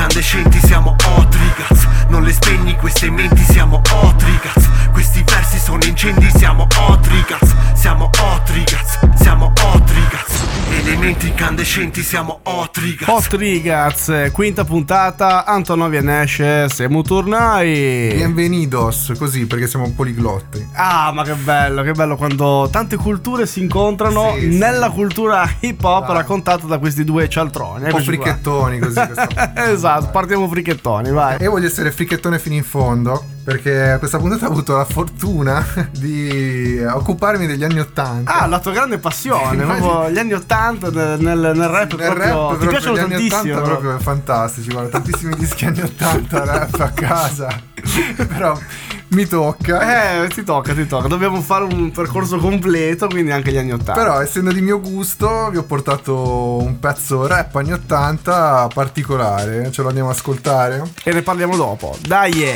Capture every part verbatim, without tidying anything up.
incandescenti, siamo Otrigaz. Non le spegni queste menti, siamo Otrigaz. Questi versi sono incendi, siamo Otrigaz. Siamo Otrigaz, siamo Otrigaz. Elementi incandescenti, siamo Otrigaz. Otrigaz, quinta puntata, Antonovia Nash, siamo tornati. Bienvenidos, così perché siamo poliglotti. Ah, ma che bello, che bello quando tante culture si incontrano sì, nella sì. cultura hip hop Dai. raccontata da questi due cialtroni. Un po' fricchettoni così. Esatto, partiamo fricchettoni, vai. Io voglio essere fricchettone fino in fondo, perché questa puntata ho avuto la fortuna di occuparmi degli anni ottanta. Ah, la tua grande passione, proprio gli anni ottanta nel, nel, nel rap, nel proprio, rap ti piacciono gli anni tantissimo, ottanta proprio fantastici, guarda, tantissimi dischi anni ottanta rap a casa. Però mi tocca. Eh, ti tocca, ti tocca. Dobbiamo fare un percorso completo, quindi anche gli anni ottanta. Però essendo di mio gusto vi ho portato un pezzo rap anni ottanta particolare. Ce lo andiamo ad ascoltare? E ne parliamo dopo. Dai, yeah.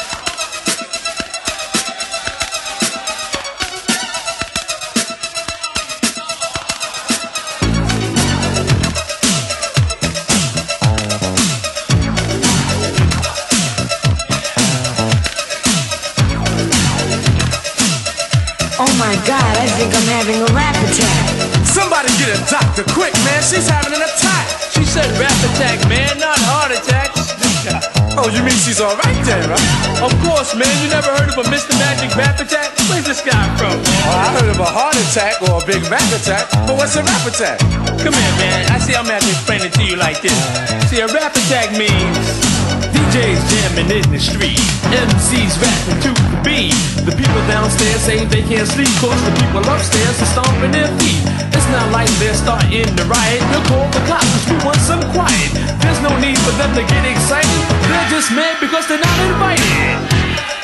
Oh my God, I think I'm having a rap attack. Somebody get a doctor quick, man. She's having an attack. She said rap attack, man, not heart attacks. Oh, you mean she's all right then, right? Of course, man. You never heard of a Mister Magic rap attack? Where's this guy from? Oh, I heard of a heart attack or a big rap attack, but what's a rap attack? Come here, man. I see I'm gonna have to explain it to you like this. See, a rap attack means D Js jamming in the street, M Cs rapping to the beat. The people downstairs saying they can't sleep, cause the people upstairs are stomping their feet. It's not like they're starting to riot. We'll call the cops cause we want some quiet. There's no need for them to get excited. They're just mad because they're not invited.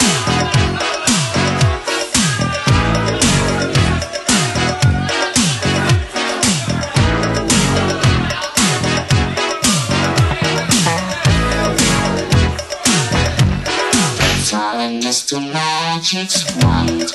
Mister Magic's wand.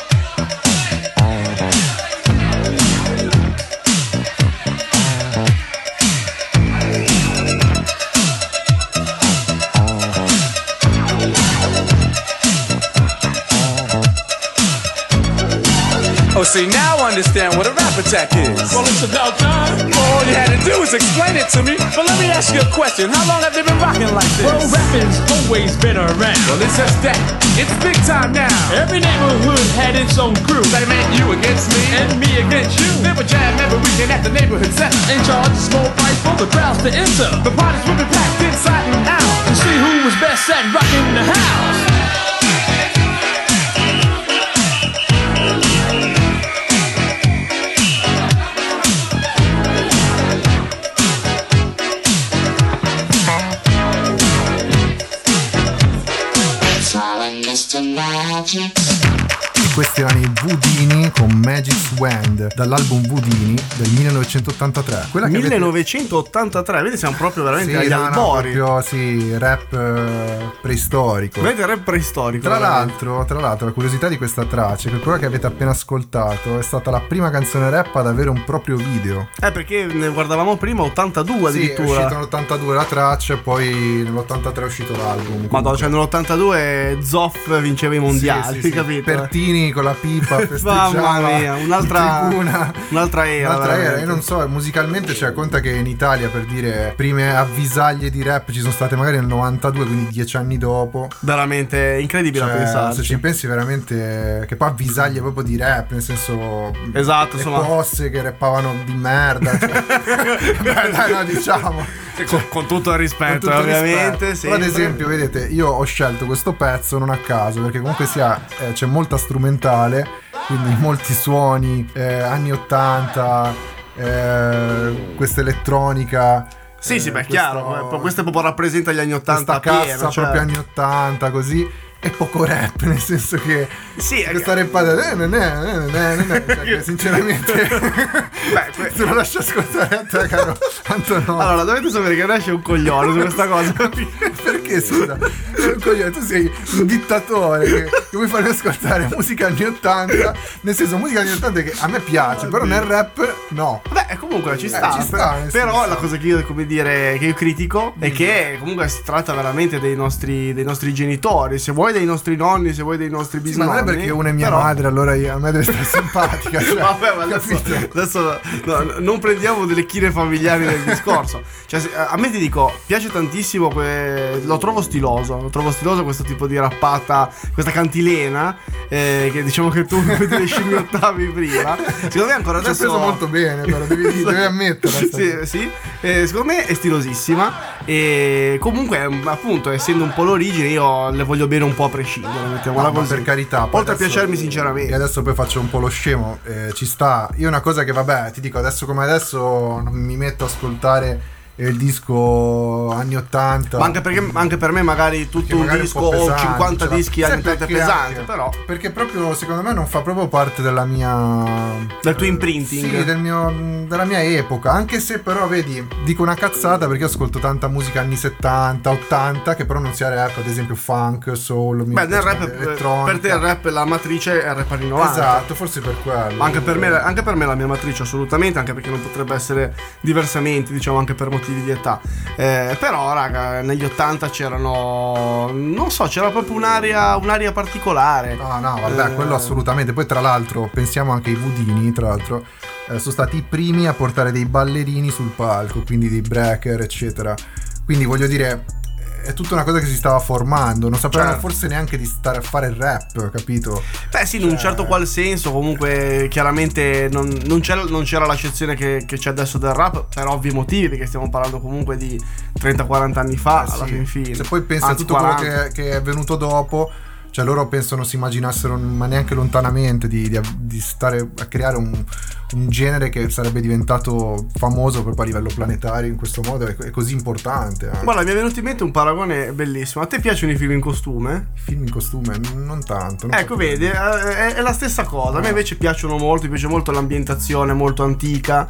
Oh, see, now I understand what a rap attack is. Well, it's about time. All you had to do was explain it to me. But let me ask you a question. How long have they been rocking like this? Well, rapping's always been around. Well, it's just that. It's big time now. Every neighborhood had its own crew. That meant you against me And me against you. They would jam every weekend at the neighborhood center. And charge a small price for the crowds to enter. The parties would be packed inside and out. To see who was best at rocking the house. Mister Magic. Questi erano i Whodini con Magic's Wand dall'album Whodini del millenovecentottantatré. Quella che millenovecentottantatré, vedi, siamo proprio veramente sì, agli no, albori. No, proprio, sì, rap eh, preistorico. Vedete, rap preistorico. Tra veramente. l'altro, tra l'altro, la curiosità di questa traccia è che quella che avete appena ascoltato è stata la prima canzone rap ad avere un proprio video. Eh, perché ne guardavamo prima, ottantadue Sì, è addirittura. uscito nell'ottantadue la traccia e poi nell'ottantatré è uscito l'album. Madonna, cioè nell'ottantadue Zoff vinceva i mondiali, Sì, sì, sì. capito? Pertini con la pipa festeggiava. Mamma mia, un'altra, in tribuna. un'altra era. Un'altra era, veramente. io non so, musicalmente, cioè, conta che in Italia, per dire, prime avvisaglie di rap ci sono state magari nel novantadue, quindi dieci anni dopo. Veramente incredibile, Cioè, a pensarci. se ci pensi veramente, che poi avvisaglie proprio di rap, nel senso, Esatto, le insomma. posse che rappavano di merda, cioè. Beh, dai, no, diciamo, con, con tutto il rispetto, con tutto il ovviamente. rispetto. Però, ad sempre. esempio, vedete, io ho scelto questo pezzo non a caso, perché comunque sia eh, c'è molta strumentale, quindi molti suoni eh, anni ottanta, eh, questa elettronica. Sì, sì, beh, eh, chiaro. questo- Questo proprio rappresenta gli anni ottanta questa cassa pieno, cioè. proprio anni ottanta, così. E poco rap, nel senso che Sì, questa rappata eh, non è, eh, non è, non è, cioè, che sinceramente Beh, que- se lo lascio ascoltare a te, caro Antonio. Allora, dovete sapere che Nash è un coglione su questa cosa. Perché scusa, sei un coglione, tu sei un dittatore che, che vuoi farmi ascoltare musica anni ottanta, nel senso musica anni ottanta che a me piace, però nel rap No. Beh, comunque ci sta, Eh, ci sta, nel però senso. la cosa che io, come dire, che io critico è che comunque si tratta veramente dei nostri, dei nostri genitori, se vuoi dei nostri nonni, se vuoi dei nostri Sì, bisnonni. ma non è perché una è mia però... madre, allora io- a me deve stare simpatica. Cioè, Vabbè, ma adesso, capito? adesso no, non prendiamo delle chine familiari del discorso. Cioè, se- a me ti dico, piace tantissimo, que- lo trovo stiloso. Lo trovo stiloso questo tipo di rappata, questa cantilena. Eh, che diciamo che tu le scimmiottavi prima. Secondo me ancora Ci ha adesso. preso molto bene, però devi, devi ammettere. Sì, sì. Eh, secondo me è stilosissima. E comunque, appunto, essendo un po' l'origine, io le voglio bene un po' a prescindere. Mettiamola No, ma così. per carità. poi Oltre a adesso- piacermi sinceramente. E adesso poi faccio un po' lo scemo, eh, ci sta. Io una cosa che vabbè, ti dico adesso come adesso non mi metto a ascoltare il disco anni ottanta. Ma anche perché anche per me magari tutto Che un magari è disco po' pesante, o cinquanta cioè, dischi sai anni ottanta è perché pesante, anche? però Perché proprio secondo me non fa proprio parte della mia del tuo imprinting. Sì, del mio, della mia epoca. Anche se però vedi, dico una cazzata perché io ascolto tanta musica anni settanta, ottanta, che però non sia rap, ad esempio funk, soul. Beh, nel rap, elettronica. per te il rap, la matrice è il rap anni novanta. Esatto, forse per quello. Ma anche per me, anche per me la mia matrice assolutamente, anche perché non potrebbe essere diversamente, diciamo, anche per motivi di età. Eh, però, raga, negli ottanta c'erano, non so, c'era proprio un'area, un'area particolare. No, no, vabbè, Eh, quello assolutamente. Poi tra l'altro pensiamo anche ai Budini, tra l'altro eh, sono stati i primi a portare dei ballerini sul palco, quindi dei breaker, eccetera. Quindi voglio dire, è tutta una cosa che si stava formando, non sapevano Certo. forse neanche di stare a fare il rap, capito? Beh sì, in un certo qual senso, comunque chiaramente non, non, c'era, non c'era l'accezione che, che c'è adesso del rap, per ovvi motivi, perché stiamo parlando comunque di trenta quaranta anni fa, Eh sì. alla fin fine. Se poi pensi a Anzi, tutto quaranta. quello che, che è venuto dopo, cioè loro penso non si immaginassero ma neanche lontanamente di, di, di stare a creare un, un genere che sarebbe diventato famoso proprio a livello planetario in questo modo, è, è così importante anche. Guarda, mi è venuto in mente un paragone bellissimo. A te piacciono i film in costume? Film in costume non tanto, non Ecco, saprei. vedi, eh, è, è la stessa cosa. A me invece piacciono molto, mi piace molto l'ambientazione molto antica.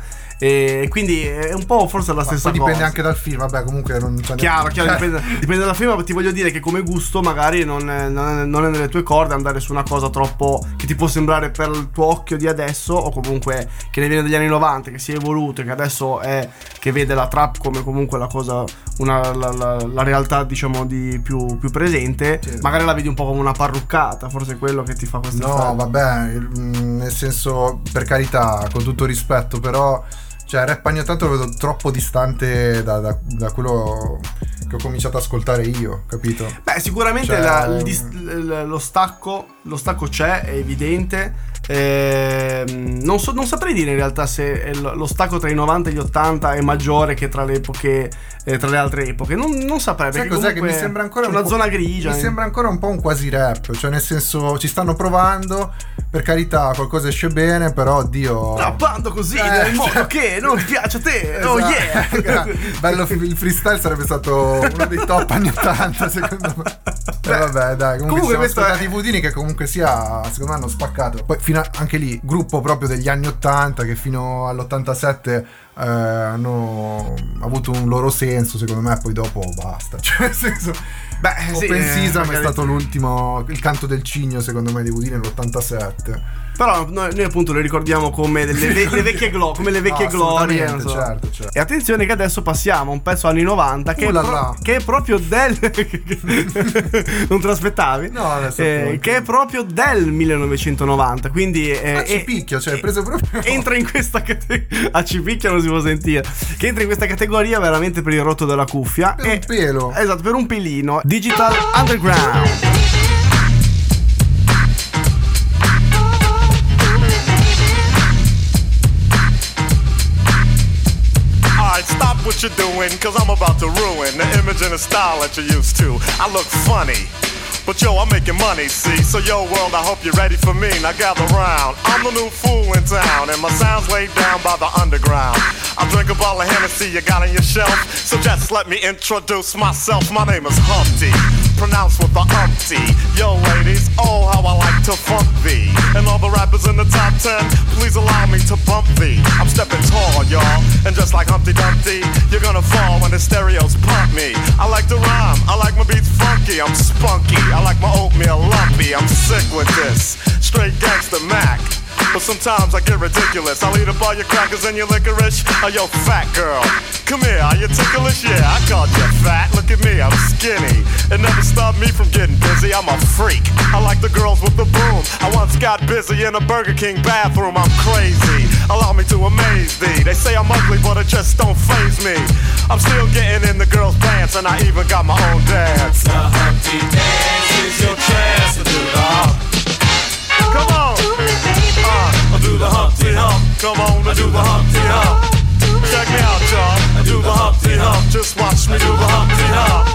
E quindi è un po' forse la Ma stessa poi cosa. dipende anche dal film, vabbè, comunque non c'è Chiaro, chiaro, eh, dipende, dipende dal film, ma ti voglio dire che come gusto magari non è, non è- non è nelle tue corde andare su una cosa troppo che ti può sembrare per il tuo occhio di adesso, o comunque che ne viene dagli anni novanta, che si è evoluto e che adesso è, che vede la trap come comunque la cosa, una, la, la- la realtà diciamo di più, più presente. Sì. Magari la vedi un po' come una parruccata, forse è quello che ti fa questo No, effetto. vabbè, il- mm, nel senso, per carità, con tutto rispetto, però cioè rap anni ottanta lo vedo troppo distante da, da- da quello che ho cominciato ad ascoltare io, capito? Beh, sicuramente Cioè- la- il dis- l- lo stacco lo stacco c'è, è evidente. Ehm, non, so, non saprei dire in realtà se il- lo stacco tra i novanta e gli ottanta è maggiore che tra le epoche, eh, tra le altre epoche. Non, non saprei, Sai perché cos'è che comunque mi sembra ancora c'è un una po'- zona grigia. Mi sembra ancora un po' un quasi rap, cioè nel senso ci stanno provando, per carità qualcosa esce bene, però oddio. Rappando così Eh, nel modo cioè- che non piace a te. Oh Esatto. yeah. Bello, il freestyle sarebbe stato uno dei top anni ottanta secondo me. Eh, vabbè, dai, comunque, comunque siamo questo ascoltati è- i Budini che comunque sia, secondo me hanno spaccato. Poi fino a, anche lì, gruppo proprio degli anni ottanta che fino all'ottantasette eh, hanno avuto un loro senso, secondo me, poi dopo basta. Cioè, nel senso, Beh, sì, Open eh, Sesame è magari- stato l'ultimo, il canto del cigno, secondo me, di Budini nell'ottantasette. Però noi, noi appunto le ricordiamo come delle, le, le vecchie glo- come le vecchie No, glorie. assolutamente, non so. certo, certo. E attenzione che adesso passiamo a un pezzo anni novanta che, Uh è, là pro- là. che è proprio del non te l'aspettavi? No, adesso Eh, appunto. che è proprio del millenovecentonovanta, quindi eh, Ah, ci eh, picchia, cioè, preso proprio. entra in questa categoria. A Cipicchia non si può sentire. Che entra in questa categoria veramente per il rotto della cuffia. Per e, un pelo. Esatto, per un pelino. Digital Underground. Alright, stop what you're doing, cause I'm about to ruin the image and the style that you're used to. I look funny, but yo, I'm making money, see? So yo, world, I hope you're ready for me. Now gather round. I'm the new fool in town, and my sound's laid down by the underground. I drink a bottle of Hennessy you got on your shelf, so just let me introduce myself. My name is Humpty, pronounced with the umpty. Yo, ladies, oh, how I like to funk thee. And all the rappers in the top ten, please allow me to bump thee. I'm stepping tall, y'all, and just like Humpty Dumpty, you're gonna fall when the stereos pump me. I like to rhyme, I like my beats funky, I'm spunky. I like my oatmeal lumpy, I'm sick with this. Straight gangster Mac. but sometimes I get ridiculous. I'll eat up all your crackers and your licorice. Oh, yo, fat girl, come here, are you ticklish? Yeah, I called you fat, look at me, I'm skinny. It never stopped me from getting busy, I'm a freak. I like the girls with the boom. I once got busy in a Burger King bathroom, I'm crazy. Allow me to amaze thee. They say I'm ugly, but it just don't faze me. I'm still getting in the girls' pants, and I even got my own dance. The Humpty Dance is your chance to do the hump. Come on, uh, do the Humpty Hump. Come on, do the Humpty Hump. Check me out, y'all. Do the Humpty Hump. Just watch me do the Humpty Hump.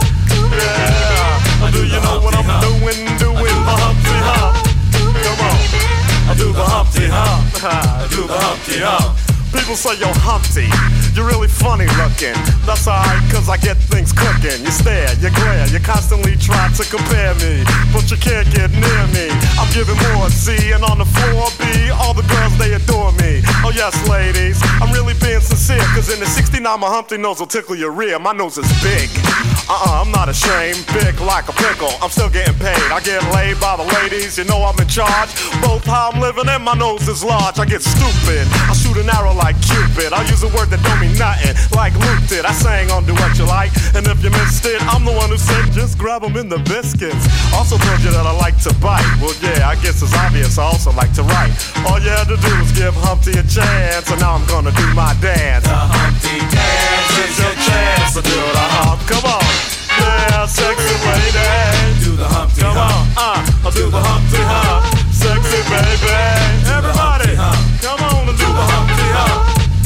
Yeah, do you know what I'm doing? Doing the Humpty Hump. Come on, do the Humpty Hump. Do the Humpty Hump. People say, yo, Humpty, you're really funny looking. That's alright, cause I get things cooking. You stare, you glare, you constantly try to compare me, but you can't get near me. I'm giving more C, and on the floor B, all the girls, they adore me. Oh yes, ladies, I'm really being sincere, cause in the sixty-nine, my Humpty nose will tickle your rear. My nose is big. Uh-uh, I'm not ashamed, big like a pickle. I'm still getting paid, I get laid by the ladies. You know I'm in charge, both how I'm living and my nose is large. I get stupid, I shoot an arrow like Cupid. I'll use a word that don't mean nothing, like Luke did. I sang on Do What You Like, and if you missed it, I'm the one who said just grab them in the biscuits. Also told you that I like to bite. Well yeah, I guess it's obvious I also like to write. All you had to do was give Humpty a chance, and now I'm gonna do my dance. The Humpty Dance is your chance to do the hump. Come on, yeah, sexy lady. Do the Humpty Come Hump. on, uh, I'll do the Humpty Hump. Sexy baby, everybody, come on and do the Humpty Hump.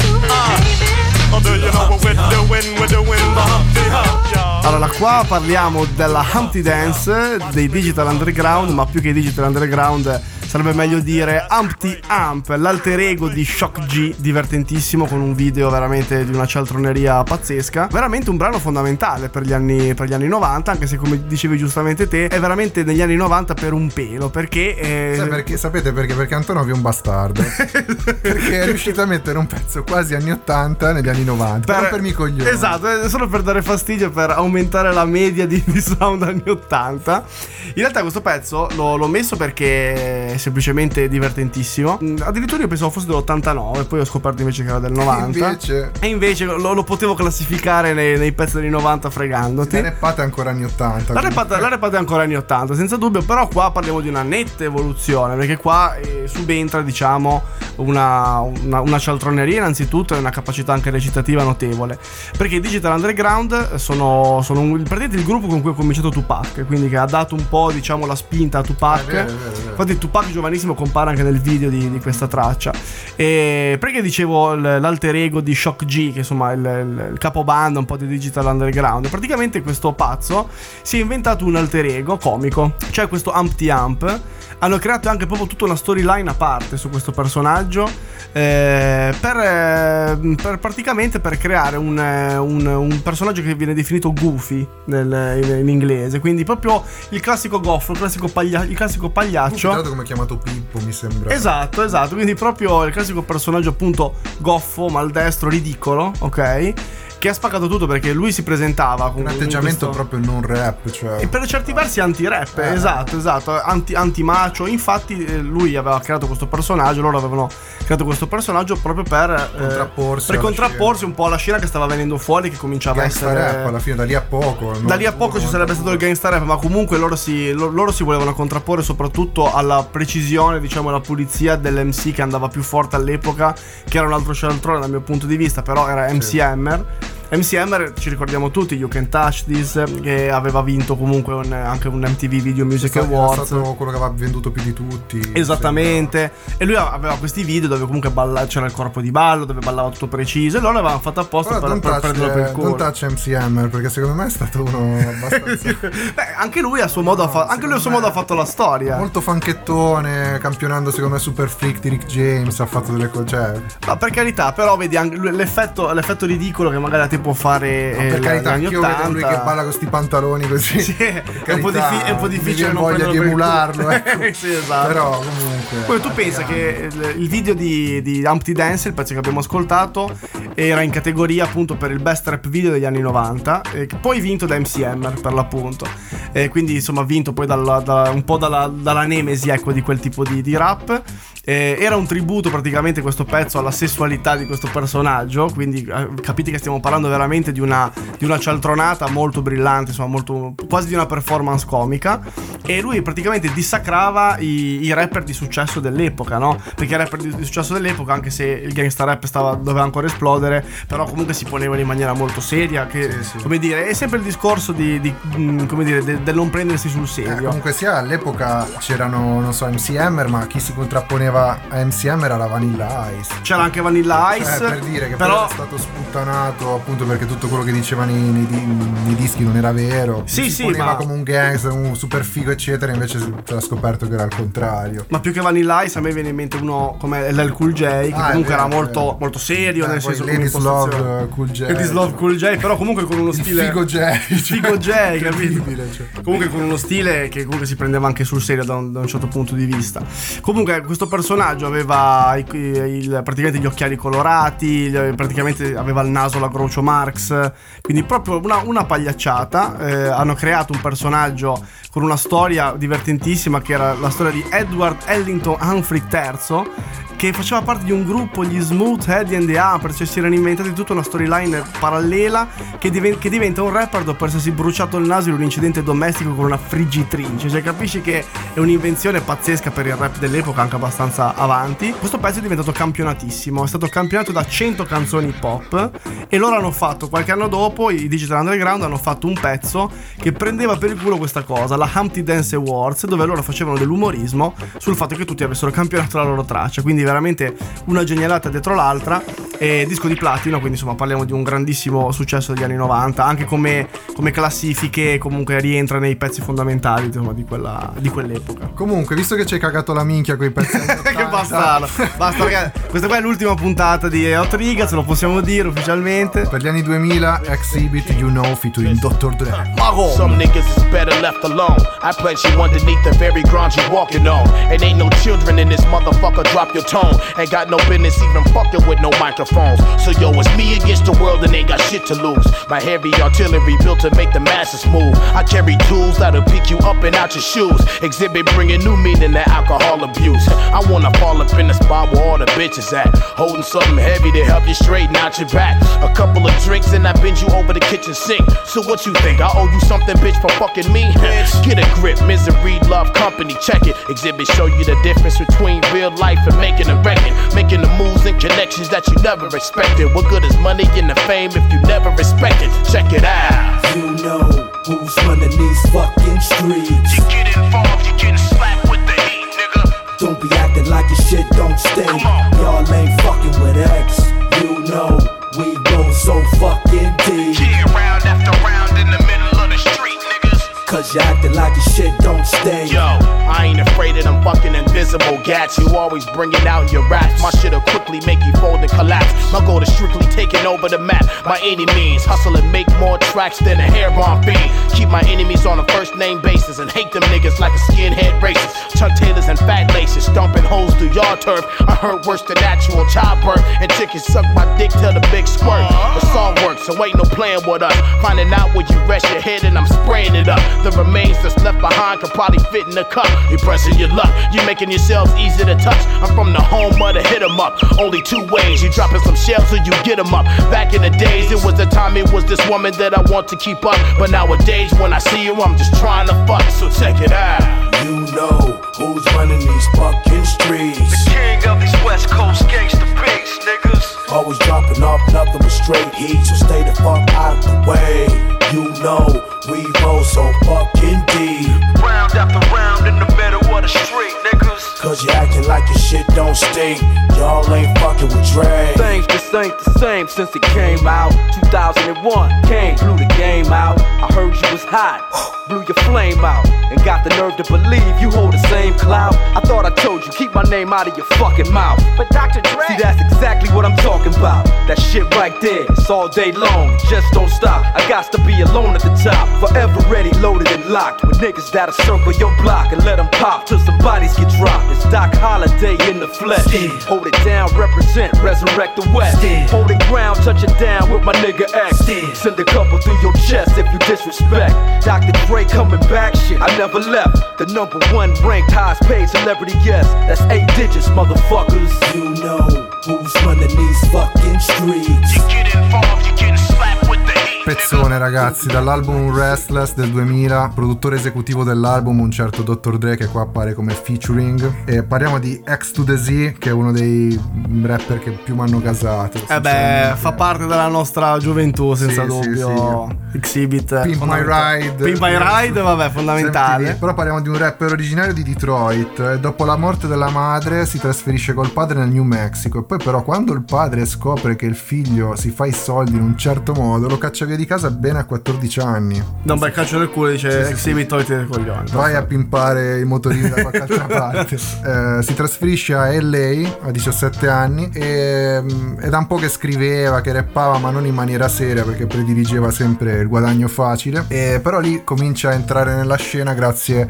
Uh, oh, do you know what we're doing? We're doing the Humpty Hump, y'all. Allora, qua parliamo della Humpty Dance dei Digital Underground, ma più che Digital Underground sarebbe meglio dire Humpty Hump, l'alter ego di Shock G, divertentissimo, con un video veramente di una cialtroneria pazzesca. Veramente un brano fondamentale per gli anni, per gli anni novanta, anche se, come dicevi giustamente te, è veramente negli anni novanta per un pelo, perché, eh... Sai perché sapete perché? Perché Antonio è un bastardo. Perché è riuscito a mettere un pezzo quasi anni ottanta negli anni novanta, per rompermi i coglioni. Esatto, è solo per dare fastidio, per aumentare la media di, di sound anni ottanta. In realtà questo pezzo l'ho, l'ho messo perché è semplicemente divertentissimo. Addirittura io pensavo fosse dell'ottantanove, poi ho scoperto invece che era del novanta. Invece... E invece lo, lo potevo classificare nei, nei pezzi degli novanta fregandoti. La rappata è ancora anni ottanta. La rappata, la rappata è ancora anni ottanta, senza dubbio, però qua parliamo di una netta evoluzione, perché qua eh, subentra, diciamo, una, una, una cialtroneria innanzitutto e una capacità anche recitativa notevole, perché i Digital Underground sono, sono un, praticamente il gruppo con cui ha cominciato Tupac, quindi che ha dato un po', diciamo, la spinta a Tupac. È vero, è vero, è vero. Infatti Tupac giovanissimo compare anche nel video di, di questa traccia. E perché dicevo l'alter ego di Shock G, che insomma è il, il, il capobanda un po' di Digital Underground, praticamente questo pazzo si è inventato un alter ego comico, cioè questo Humpty Hump. Hanno creato anche proprio tutta una storyline a parte su questo personaggio, eh, per, eh, per praticamente per creare un, un, un personaggio che viene definito goofy nel, in, in inglese, quindi proprio il classico goffo, il classico, paglia, il classico pagliaccio. Guarda come è chiamato Pippo, mi sembra. Esatto, esatto, quindi proprio il classico personaggio appunto goffo, maldestro, ridicolo, ok? Che ha spaccato tutto, perché lui si presentava con un atteggiamento questo... proprio non rap, cioè... E per certi versi anti-rap, eh. esatto, esatto, anti, anti-macio. Infatti lui aveva creato questo personaggio, loro avevano creato questo personaggio proprio per contrapporsi, eh, per contrapporsi un po' alla scena che stava venendo fuori, che cominciava gangsta a essere rap, alla fine da lì a poco da lì a poco ci sarebbe stato il gangsta rap, ma comunque loro si, loro, loro si volevano contrapporre soprattutto alla precisione, diciamo, alla pulizia dell'M C che andava più forte all'epoca, che era un altro cialtrone dal mio punto di vista, però era M C sì. Hammer. M C Hammer, ci ricordiamo tutti, You Can Touch This, che aveva vinto comunque un, anche un M T V Video Music Awards. È stato quello che aveva venduto più di tutti. Esattamente. E lui aveva questi video dove comunque balla, c'era il corpo di ballo, dove ballava tutto preciso, e loro l'avevano fatto apposta per, per prenderlo per il culo. Non touch M C Hammer, perché secondo me è stato uno abbastanza... Beh, anche lui a suo modo, no, ha, fa- anche lui a suo modo ha fatto la storia. Molto fanchettone, campionando secondo me Super Freak di Rick James, ha fatto delle cose, cioè... Ma per carità, però vedi anche l'effetto, l'effetto ridicolo che magari te può fare, no, per eh, carità, anche io vedo lui che balla con sti pantaloni così. Sì, è, un po diffi- è un po' difficile non voglia di emularlo, ecco. Sì, esatto. Però comunque poi tu pensa che il video di, di Humpty Dance, il pezzo che abbiamo ascoltato, era in categoria appunto per il best rap video degli anni novanta, eh, poi vinto da M C Hammer per l'appunto, eh, quindi insomma vinto poi dalla, da, un po' dalla, dalla nemesi, ecco, di quel tipo di, di rap. Eh, era un tributo praticamente questo pezzo alla sessualità di questo personaggio, quindi eh, capite che stiamo parlando veramente di una, di una cialtronata molto brillante, insomma molto, quasi di una performance comica, e lui praticamente dissacrava i, i rapper di successo dell'epoca, no? Perché i rapper di, di successo dell'epoca, anche se il gangsta rap stava, doveva ancora esplodere, però comunque si ponevano in maniera molto seria, che sì, sì. come dire, è sempre il discorso di, di come dire, del de non prendersi sul serio. Eh, comunque sia, all'epoca c'erano, non so, M C Hammer, ma chi si contrapponeva a M C Hammer era Vanilla Ice. C'era anche Vanilla Ice, cioè, per dire che però poi è stato sputtanato appunto perché tutto quello che diceva nei, nei, nei dischi non era vero. Sì, si sì, poneva ma come un gangster, un super figo eccetera, invece si era scoperto che era il contrario. Ma più che Vanilla Ice a me viene in mente uno come L L Cool J, che ah, comunque vero, era molto, molto serio, eh, nel senso come Ladies Love Cool J. Ladies Love Cool J, però comunque con uno stile Figo J, Figo J, capito? Cioè. Comunque con uno stile che comunque si prendeva anche sul serio da un, da un certo punto di vista. Comunque questo personaggio aveva il, il, praticamente gli occhiali colorati, praticamente aveva il naso alla Groucho Marx, quindi proprio una, una pagliacciata. Eh, hanno creato un personaggio con una storia divertentissima che era la storia di Edward Ellington Humphrey terzo, che faceva parte di un gruppo, gli Smooth Eddie and the Humper, cioè si erano inventati tutta una storyline parallela che, diven- che diventa un rapper dopo essersi bruciato il naso in un incidente domestico con una friggitrice. Cioè capisci che è un'invenzione pazzesca per il rap dell'epoca, anche abbastanza avanti. Questo pezzo è diventato campionatissimo, è stato campionato da cento canzoni pop, e loro hanno fatto, qualche anno dopo, i Digital Underground hanno fatto un pezzo che prendeva per il culo questa cosa, la Humpty Dance Awards, dove loro facevano dell'umorismo sul fatto che tutti avessero campionato la loro traccia, quindi veramente una genialata dietro l'altra, e disco di platino, quindi insomma parliamo di un grandissimo successo degli anni novanta, anche come, come classifiche, comunque rientra nei pezzi fondamentali, insomma, di, quella, di quell'epoca. Comunque, visto che ci hai cagato la minchia con i pezzi che bastardo, basta ragazzi, questa qua è l'ultima puntata di Hot Rigas, lo possiamo dire ufficialmente. Per gli anni duemila, Exhibit You Know featuring doctor Dre. Mago! Some niggas is better left alone. I pledge you underneath the very ground you walking on. And ain't no children in this motherfucker, drop your tone. Ain't got no business even fucking with no microphones. So yo, it's me against the world and ain't got shit to lose. My heavy artillery built to make the masses move. I carry tools that'll pick you up and out your shoes. Exhibit bringing new meaning to alcohol abuse. I wanna fall up in the spot where all the bitches at, holding something heavy to help you straighten out your back. A couple of drinks and I bend you over the kitchen sink. So what you think, I owe you something, bitch, for fucking me? Get a grip, misery, love, company, check it. Exhibit show you the difference between real life and making a record. Making the moves and connections that you never expected. What good is money and the fame if you never respect it? Check it out. You know who's running these fucking streets. You get involved, you getting slapped with the heat, nigga. Don't be acting like your shit don't stink. Y'all ain't fucking with X. You know we go so fucking deep. Yeah, round after round in the middle of the street, niggas. Cause you acting like your shit don't stink. Yo, I ain't afraid of them fucking invisible gats. You always bring it out in your raps. My shit'll quickly make you fold and collapse. My goal is strictly taking over the map by any means. Hustle and make more tracks than a hair bomb fiend. Keep my enemies on a first name basis and hate them niggas like a skinhead racist. Chuck Taylors and fat laces, stomping holes through your turf. I heard worse than actual childbirth. And chickens suck my dick till the big squirt. The song works, so ain't no playing with us. Finding out where you rest your head and I'm spraying it up. The remains that's left behind could probably fit in the cup. You're pressing your luck, you're making yourselves easy to touch. I'm from the home of the hit 'em up. Only two ways, you dropping some shells or you get 'em up. Back in the days, it was the time it was this woman that I want to keep up. But nowadays, when I see you, I'm just trying to fuck, so check it out. You know who's running these fucking streets. The king of these West Coast gangsta beats, niggas. Always dropping off nothing but straight heat, so stay the fuck out the way. You know we roll so fucking deep. Round after round in the middle of the street, niggas. Cause you acting like your shit don't stink. Y'all ain't fucking with Dre. Things just ain't the same since it came out. two thousand one, came, blew the game out. I heard you was hot, blew your flame out. And got the nerve to believe you hold the same clout. I thought I told you, keep my name out of your fucking mouth. But Doctor Dre, see that's exactly what I'm talking about. That shit right there, it's all day long, just don't stop. I got to be alone at the top, forever ready, loaded and locked. With niggas that'll circle your block and let them pop till some bodies get dropped. It's Doc Holiday in the flesh. Still. Hold it down, represent, resurrect the West. Still. Holding ground, touch it down with my nigga X. Still. Send a couple through your chest if you disrespect. Doctor Dre coming back, shit, I never ever left. The number one ranked highest paid celebrity guest. That's eight digits, motherfuckers. You know who's running these fucking streets. You get involved, you get slapped with the heat. Pezzone, ragazzi, dall'album Restless del duemila, produttore esecutivo dell'album un certo doctor Dre, che qua appare come featuring, e parliamo di X to the Z, che è uno dei rapper che più mi hanno gasato. Eh beh, fa parte della nostra gioventù senza Sì, dubbio. sì, sì. Exhibit Pimp My Ride. Pimp My Ride, vabbè, fondamentale. M T V. Però parliamo di un rapper originario di Detroit, e dopo la morte della madre si trasferisce col padre nel New Mexico, e poi però quando il padre scopre che il figlio si fa i soldi in un certo modo, lo caccia via di casa bene a quattordici anni. Da un bel calcio nel culo, dice Sì, sì, Exhibit, sì. togliti dai coglioni. Vai a pimpare i motorini da qualche altra parte. Eh, si trasferisce a L A a diciassette anni e è da un po' che scriveva, che rappava, ma non in maniera seria, perché prediligeva sempre il guadagno facile. E però lì comincia a entrare nella scena grazie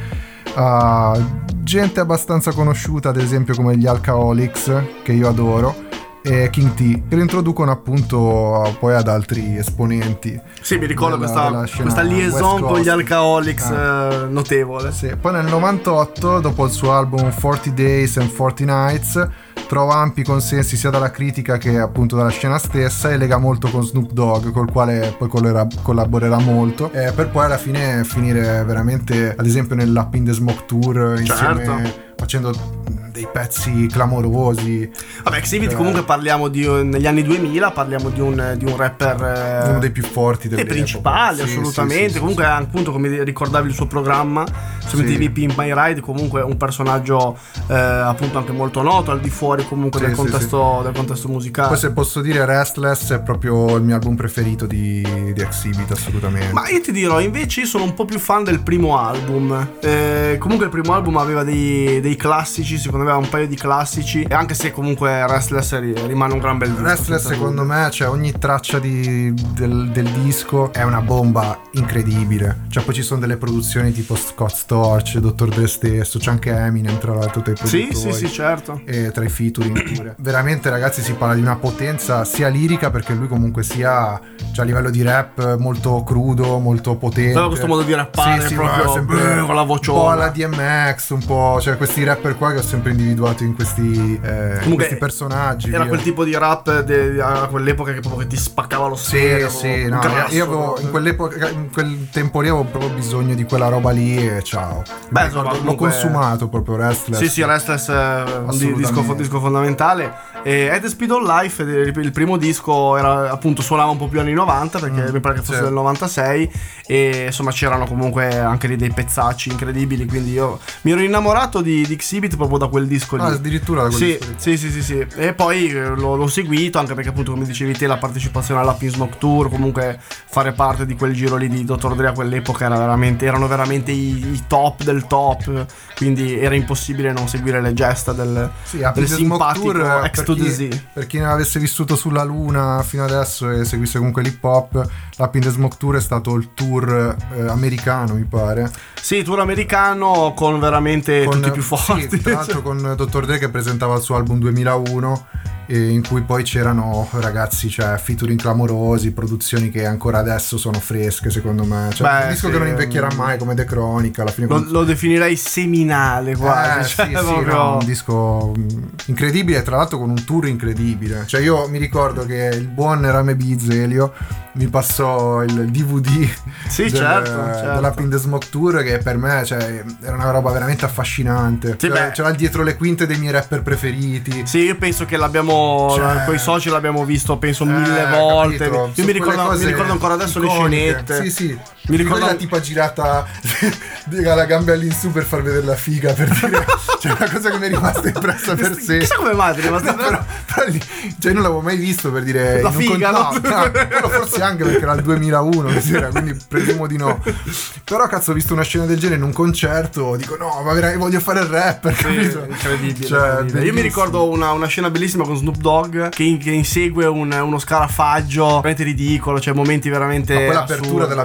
a gente abbastanza conosciuta, ad esempio come gli Alcoholics, che io adoro, e King T, che lo introducono appunto poi ad altri esponenti. Sì, mi ricordo della- questa, della scena questa liaison West con gli Coast. Alcoholics Ah. eh, notevole. Sì. Poi nel novantotto, dopo il suo album forty Days and forty Nights, trova ampi consensi sia dalla critica che appunto dalla scena stessa, e lega molto con Snoop Dogg, col quale poi collera- collaborerà molto, eh, per poi alla fine finire veramente, ad esempio, nell'Up in the Smoke Tour insieme, Certo. facendo dei pezzi clamorosi. Vabbè, Exhibit Eh. comunque parliamo di negli anni duemila, parliamo di un, di un rapper eh, Uno dei più forti dei dell'epoca. principali, Sì, assolutamente. sì, sì, comunque, sì. appunto, come ricordavi il suo programma su M T V, Sì. Pimp My Ride, comunque un personaggio eh, appunto anche molto noto al di fuori comunque Sì, del, sì, contesto, del contesto musicale. Poi, se posso dire, Restless è proprio il mio album preferito di, di Exhibit, assolutamente. Ma io ti dirò, invece io sono un po' più fan del primo album. Eh, comunque il primo album aveva dei, dei classici, secondo me aveva un paio di classici, e anche se comunque Restless ri- rimane un gran bel disco. Restless, senza secondo dubbio. me, cioè ogni traccia di- del, del disco è una bomba incredibile. Cioè poi ci sono delle produzioni tipo Scott Storch, doctor Dre stesso, c'è anche Eminem tra l'altro tra i Sì, produttori. sì, sì, certo. E tra i featuring pure. Veramente, ragazzi, si parla di una potenza sia lirica, perché lui comunque sia, cioè, a livello di rap molto crudo, molto potente. Però questo modo di rappare Sì, sì, proprio, ma sempre brr, con la un po' vociona. alla D M X, un po', cioè questi rapper qua che ho sempre individuato in questi, eh, in questi personaggi. Era via. quel tipo di rap de- a quell'epoca che proprio che ti spaccava lo Sì, stereo. sì, un no, grasso, io avevo, proprio. in quell'epoca, in quel tempo lì avevo proprio bisogno di quella roba lì e ciao. Beh, Mi insomma, ricordo, l'ho comunque- consumato proprio Restless. Sì, sì, Restless è un di- disco, Assolutamente. disco fondamentale. E At the Speed of Life, il il primo disco, era appunto, suonava un po' più anni novanta, perché mi pare che fosse sì. del novantasei, e insomma c'erano comunque anche lì dei pezzacci incredibili, quindi io mi ero innamorato di, di Exhibit proprio da quel disco lì. Ah, addirittura da quel sì, disco lì. sì, sì, sì, sì. E poi eh, l'ho, l'ho seguito anche perché appunto, come dicevi te, la partecipazione alla Pin Smoke Tour, comunque fare parte di quel giro lì di doctor Dre a quell'epoca era veramente, erano veramente i, i top del top, quindi era impossibile non seguire le gesta del, Sì, a del Pin Smoke simpatico Tour, X per to the chi, Z. per chi non avesse vissuto sulla luna fino adesso e seguisse comunque l'hip hop, la Pin Smoke Tour è stato il tour eh, americano, mi pare. Sì, tour americano con veramente Con- tutti i più forti. Sì, tra l'altro con doctor Dre che presentava il suo album duemilauno, e in cui poi c'erano, ragazzi, cioè featuring clamorosi, produzioni che ancora adesso sono fresche secondo me, cioè Beh, un disco sì, che non invecchierà mai, come The Chronic alla fine. Lo, con- lo definirei seminale quasi. Eh, cioè, sì, sì, proprio- no, un disco mm, incredibile, tra l'altro con un tour incredibile. Cioè io mi ricordo che il buon Rame Biz Elio mi passò il D V D Sì, del- certo, certo. della Pin the Smoke Tour, che per me, cioè, era una roba veramente affascinante. Sì, Cioè, beh. c'era dietro le quinte dei miei rapper preferiti. Sì, io penso che l'abbiamo Cioè- coi soci l'abbiamo visto penso Eh, mille volte. capito? Io Sono mi quelle ricordo, cose mi ricordo ancora adesso iconiche. le scenette. Sì, sì. Mi ricordo ricordo la tipa girata dica la gamba all'insù per far vedere la figa, per dire, cioè una cosa che mi è rimasta impressa per sé. Chissà come mai ti è rimasta No, però, però lì- cioè io non l'avevo mai visto, per dire La in un figa, con- no? no, quello forse anche perché era il duemilauno cos'era, quindi presumo di no. Però cazzo, ho visto una scena del genere in un concerto, dico no, ma veramente voglio fare il rapper, capito? Incredibile, Cioè, incredibile. Io mi bellissimo. ricordo una, una scena bellissima con Snoop Dogg che, in- che insegue un- uno scarafaggio veramente ridicolo, cioè momenti veramente Ma poi l'apertura assurdi. della Pin the Smoke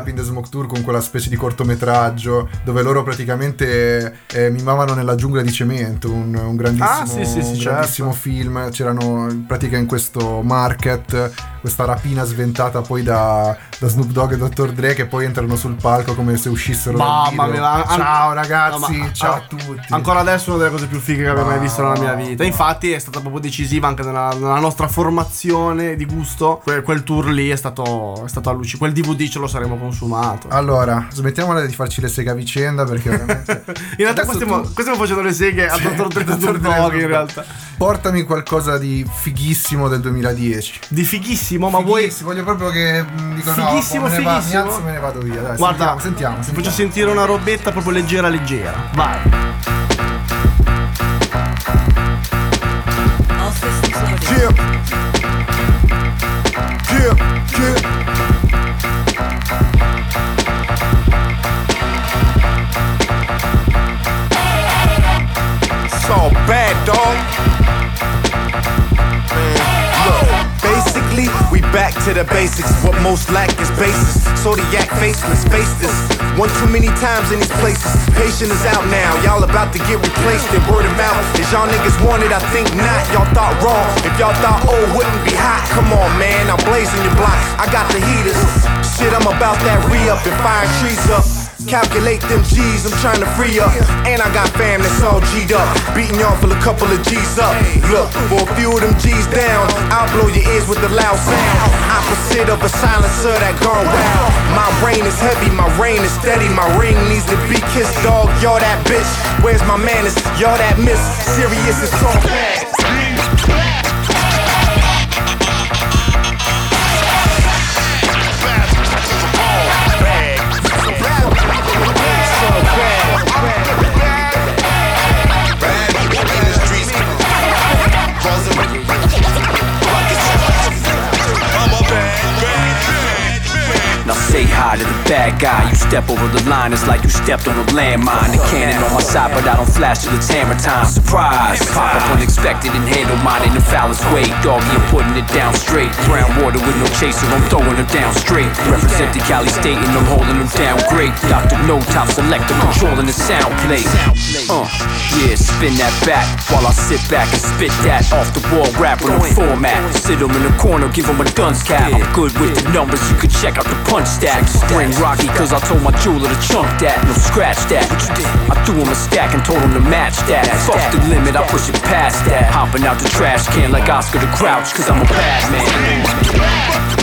World Tour con quella specie di cortometraggio dove loro praticamente eh, mimavano nella giungla di cemento, un, un grandissimo, ah, sì, sì, sì, un grandissimo certo. film. C'erano in pratica in questo market questa rapina sventata poi da, da Snoop Dogg e dottor Dre, che poi entrano sul palco come se uscissero dal Mamma video. mia, an- ciao ragazzi, no, ma, ciao an- a tutti. Ancora adesso una delle cose più fighe che abbia mai visto nella mia vita. Infatti è stata proprio decisiva anche nella, nella nostra formazione di gusto. Que- quel tour lì è stato, è stato allucinante. Quel D V D ce lo saremmo consumato. Allora, smettiamola di farci le seghe a vicenda, perché veramente in realtà qua stiamo, tu... qua stiamo facendo le seghe a sì, dottor Dre e Snoop Dogg in realtà. Portami qualcosa di fighissimo del duemiladieci. Di fighissimo, ma fighissimo, vuoi... voglio proprio che dico fighissimo, no, me ne va, mi fighissimo. alzo, me ne vado via. Dai, guarda, sentiamo, sentiamo, ti sentiamo. faccio sentire una robetta proprio leggera leggera. Vai. Yeah. Yeah, yeah. It's all bad, dog. Man, look, basically, we back to the basics. What most lack is basis. Zodiac faceless, face this. One too many times in these places. Patient is out now. Y'all about to get replaced in word of mouth. Is y'all niggas wanted? I think not. Y'all thought wrong. If y'all thought old wouldn't be hot, come on, man. I'm blazing your block. I got the heaters. Shit, I'm about that re-up and firing trees up. Calculate them G's, I'm trying to free up. And I got fam that's all G'd up. Beating y'all for a couple of G's up. Look, for a few of them G's down, I'll blow your ears with the loud sound. Opposite of a silencer that gone wild. My brain is heavy, my rain is steady. My ring needs to be kissed, dog. Y'all that bitch. Where's my manners? Y'all that miss. Serious is talk bad. Now say hi to the bad guy. You step over the line, it's like you stepped on a landmine. The cannon on my side, but I don't flash till it's hammer time. Surprise, pop up unexpected and handle mine in the foulest way. Doggy, I'm putting it down straight. Brown water with no chaser, I'm throwing them down straight. Representing Cali State and I'm holding them down great. Doctor No Top Selector controlling the sound plate. Uh, yeah, spin that back while I sit back and spit that off the wall rap with a format. Sit them in the corner, give them a dunce cap. I'm good with the numbers, you can check out the punch stacks. Bring Rocky cause I told my jeweler to chunk that. No scratch that. I threw him a stack and told him to match that. Fuck the limit, I push it past that. Hopping out the trash can like Oscar the Grouch cause I'm a bad man.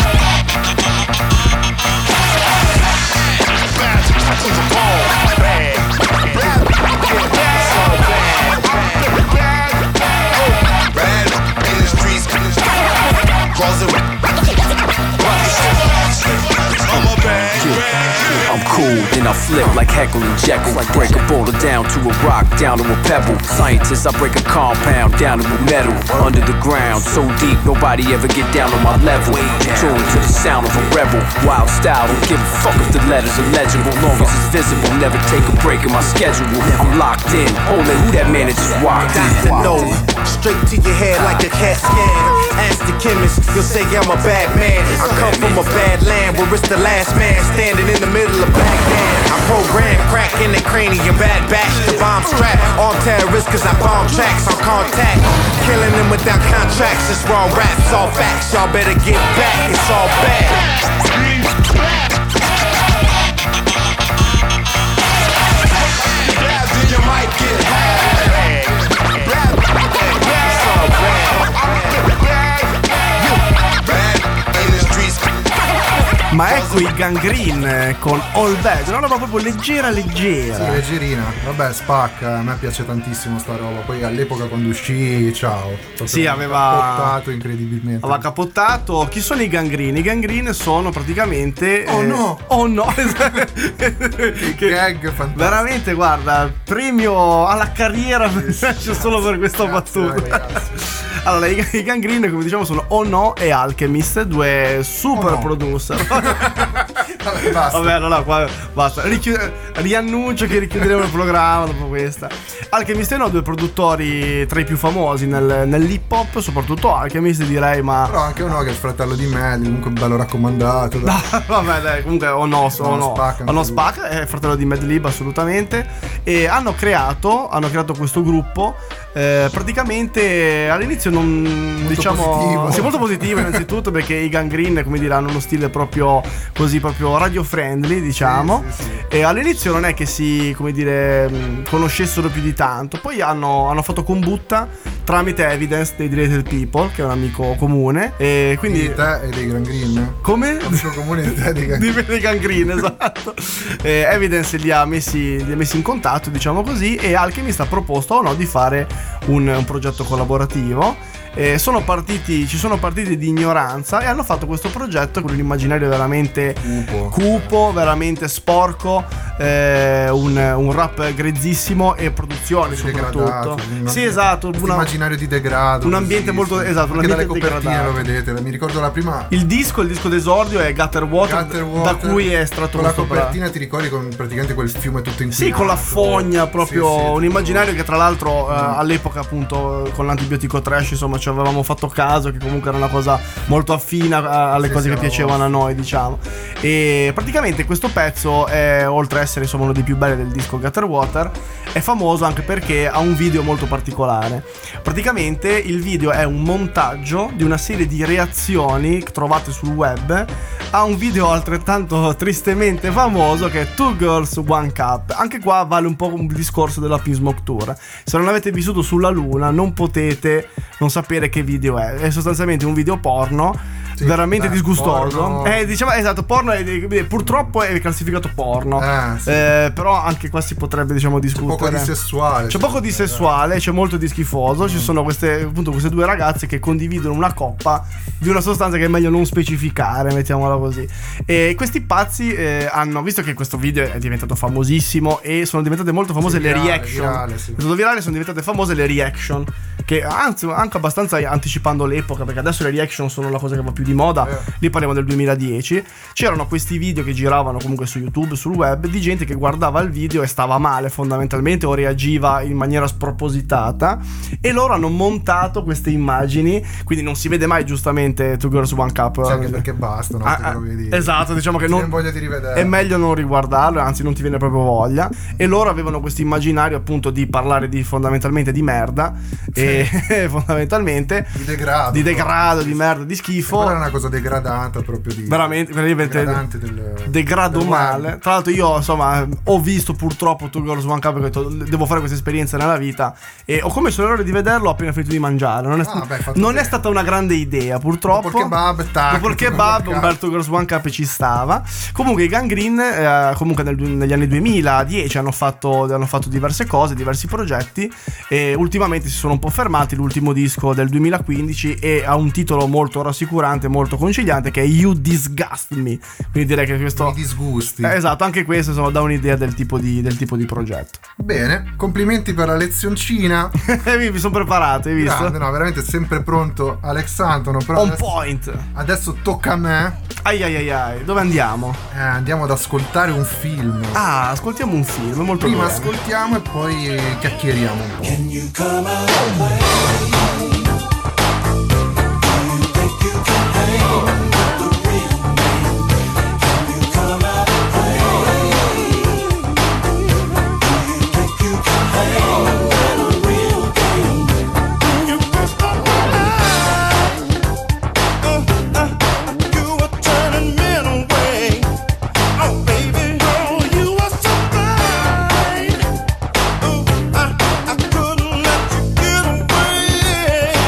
I'm cool, then I flip like Heckle and Jekyll. Break a boulder down to a rock, down to a pebble. Scientist, I break a compound down to a metal. Under the ground, so deep, nobody ever get down on my level. Tuned to the sound of a rebel. Wild style, don't give a fuck if the letters are legible. Long as it's visible, never take a break in my schedule. I'm locked in, holy who that man that just walked in. No, straight to your head like a CAT scan. Ask the chemist, you'll say I'm a bad man. I come from a bad land where it's the last man standing in the middle of Baghdad. I program crack in the cranium, bad bash the bomb strap. All terrorists cause I bomb tracks on contact. Killing them without contracts, it's raw raps, all facts. Y'all better get back, it's all bad. You might get hacked. Ma ecco i Gangrene con All Bad, una roba proprio leggera leggera. Sì, leggerina. Vabbè, spacca, a me piace tantissimo sta roba. Poi all'epoca quando uscì, ciao. Sì, aveva capottato incredibilmente. Aveva capottato. Chi sono i Gangrene? I Gangrene sono praticamente Oh eh, no! Oh no! Che gag fantastico. Veramente, guarda, premio alla carriera c'è solo per questa battuta. Allora, i, i Gangrene, come diciamo, sono Oh No e Alchemist, due super Oh no. producer. Vabbè, basta. Vabbè, no, no, qua basta. Richi- riannuncio che richiuderemo il programma dopo questa. Alchemist e no, due produttori tra i più famosi nel, nell'hip hop, soprattutto Alchemist, direi, ma. Però anche uno che è il fratello di Melly, comunque bello raccomandato. Dai. Vabbè, dai, comunque o no, o no. Spac, o no Spac è il fratello di Madlib, assolutamente. E hanno creato, hanno creato questo gruppo. Eh, praticamente all'inizio non molto diciamo positivo. sì, molto positivo innanzitutto perché i Gang Green, come dire, hanno uno stile proprio così, proprio radio friendly, diciamo. Sì, sì, sì. E all'inizio non è che si, come dire, conoscessero più di tanto. Poi hanno, hanno fatto combutta tramite Evidence dei Deleted People, che è un amico comune. E quindi di te e dei Gang Green. come? Amico comune di te e dei Gang Green. Di Gang Green, esatto. eh, Evidence li ha messi li ha messi in contatto, diciamo così, e Alchemist ha proposto o no di fare un, un progetto collaborativo. Eh, sono partiti, ci sono partiti di ignoranza e hanno fatto questo progetto con un immaginario veramente Cupo. cupo, veramente sporco, eh, un, un rap grezzissimo e produzione soprattutto. Degradato, Sì, esatto, questo una- immaginario di degrado. un ambiente così, molto- sì. esatto, un Anche dalle ambiente copertine degradato. lo vedete. Mi ricordo la prima. Il disco, il disco d'esordio è Gutter Water, Gutter Water, da cui è estratto con la questo copertina, ti ricordi, con praticamente quel fiume tutto inquinato. Sì, con la fogna, proprio Sì, sì, un tutto- immaginario che tra l'altro eh, all'epoca appunto con l'antibiotico trash, insomma, ci avevamo fatto caso, che comunque era una cosa molto affina a- alle Sì, cose sì, che era piacevano a noi, diciamo. E praticamente questo pezzo è, oltre a essere insomma uno dei più belli del disco Gutter Water, è famoso anche perché ha un video molto particolare. Praticamente il video è un montaggio di una serie di reazioni trovate sul web a un video altrettanto tristemente famoso che è Two Girls One Cup. Anche qua vale un po' un discorso della Pink Smoke Tour. Se non avete vissuto sulla luna non potete non sapere che video è. È sostanzialmente un video porno. Sì, veramente beh, disgustoso. porno. Eh, diciamo, esatto, porno è, purtroppo è classificato porno. Eh, sì. Eh, però anche qua si potrebbe, diciamo, discutere. Poco di sessuale. C'è poco di sessuale, c'è molto di schifoso. Ci sono queste, appunto, queste due ragazze che condividono una coppa di una sostanza che è meglio non specificare, mettiamola così. E questi pazzi eh, hanno, visto che questo video è diventato famosissimo e sono diventate molto famose Sì, le virale, reaction. virale, sì. È stato virale, sono diventate famose le reaction. Che anzi, anche abbastanza anticipando l'epoca, perché adesso le reaction sono la cosa che va più di moda. Eh. Lì parliamo del duemiladieci. C'erano questi video che giravano comunque su YouTube, sul web, di gente che guardava il video e stava male fondamentalmente o reagiva in maniera spropositata, e loro hanno montato queste immagini, quindi non si vede mai giustamente Two Girls One Cup. Cioè, anche perché basta, no? Ah, Te ah, lo vedi. esatto, diciamo che Non non voglio di rivedere. è meglio non riguardarlo, anzi non ti viene proprio voglia. E loro avevano questo immaginario appunto di parlare di fondamentalmente di merda, e fondamentalmente Di degrado. di degrado, di merda, di schifo. Quella è una cosa degradata proprio di. Veramente, veramente Degradante del. degrado del male. web. Tra l'altro io insomma ho visto purtroppo Two Girls One Cup, perché ho detto, devo fare questa esperienza nella vita, e ho commesso l'errore di vederlo appena finito di mangiare. Non è, Ah, beh, fatto non è bene. stata una grande idea, purtroppo. Dopo il kebab, tac, Dopo il tutto kebab, nel un bel Two Girls One Cup ci stava. Comunque i Gang Green eh, comunque nel- negli anni duemiladieci hanno fatto, hanno fatto diverse cose, diversi progetti, e ultimamente si sono un po' fermati. L'ultimo disco del duemilaquindici e ha un titolo molto rassicurante, molto conciliante, che è You Disgust Me. Quindi direi che questo I disgusti. Eh, esatto, anche questo insomma dà un'idea del tipo di, del tipo di progetto. Bene, complimenti per la lezioncina. Eh, mi sono preparato, hai visto? Grande, no, veramente sempre pronto Alex Antono. Però On adesso, point. adesso tocca a me. Ai ai ai ai, dove andiamo? Eh, andiamo ad ascoltare un film. Ah, ascoltiamo un film, molto Prima bene. ascoltiamo e poi chiacchieriamo un po'. I couldn't let you get away.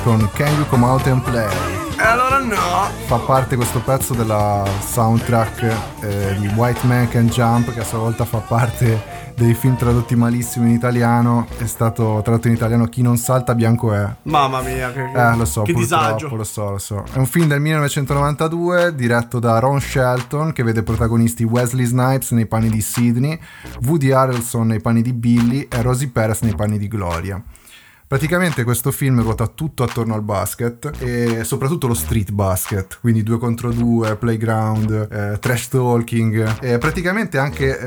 con Can You Come Out and Play. E allora no. Fa parte questo pezzo della soundtrack eh, di White Man Can Jump, che a sua volta fa parte dei film tradotti malissimo in italiano. È stato tradotto in italiano Chi non salta bianco è. Mamma mia, che, eh, lo so, che disagio. Lo so, lo so. È un film del millenovecentonovantadue diretto da Ron Shelton, che vede protagonisti Wesley Snipes nei panni di Sidney, Woody Harrelson nei panni di Billy e Rosie Perez nei panni di Gloria. Praticamente questo film ruota tutto attorno al basket e soprattutto lo street basket, quindi due contro due, playground, eh, trash talking, e praticamente anche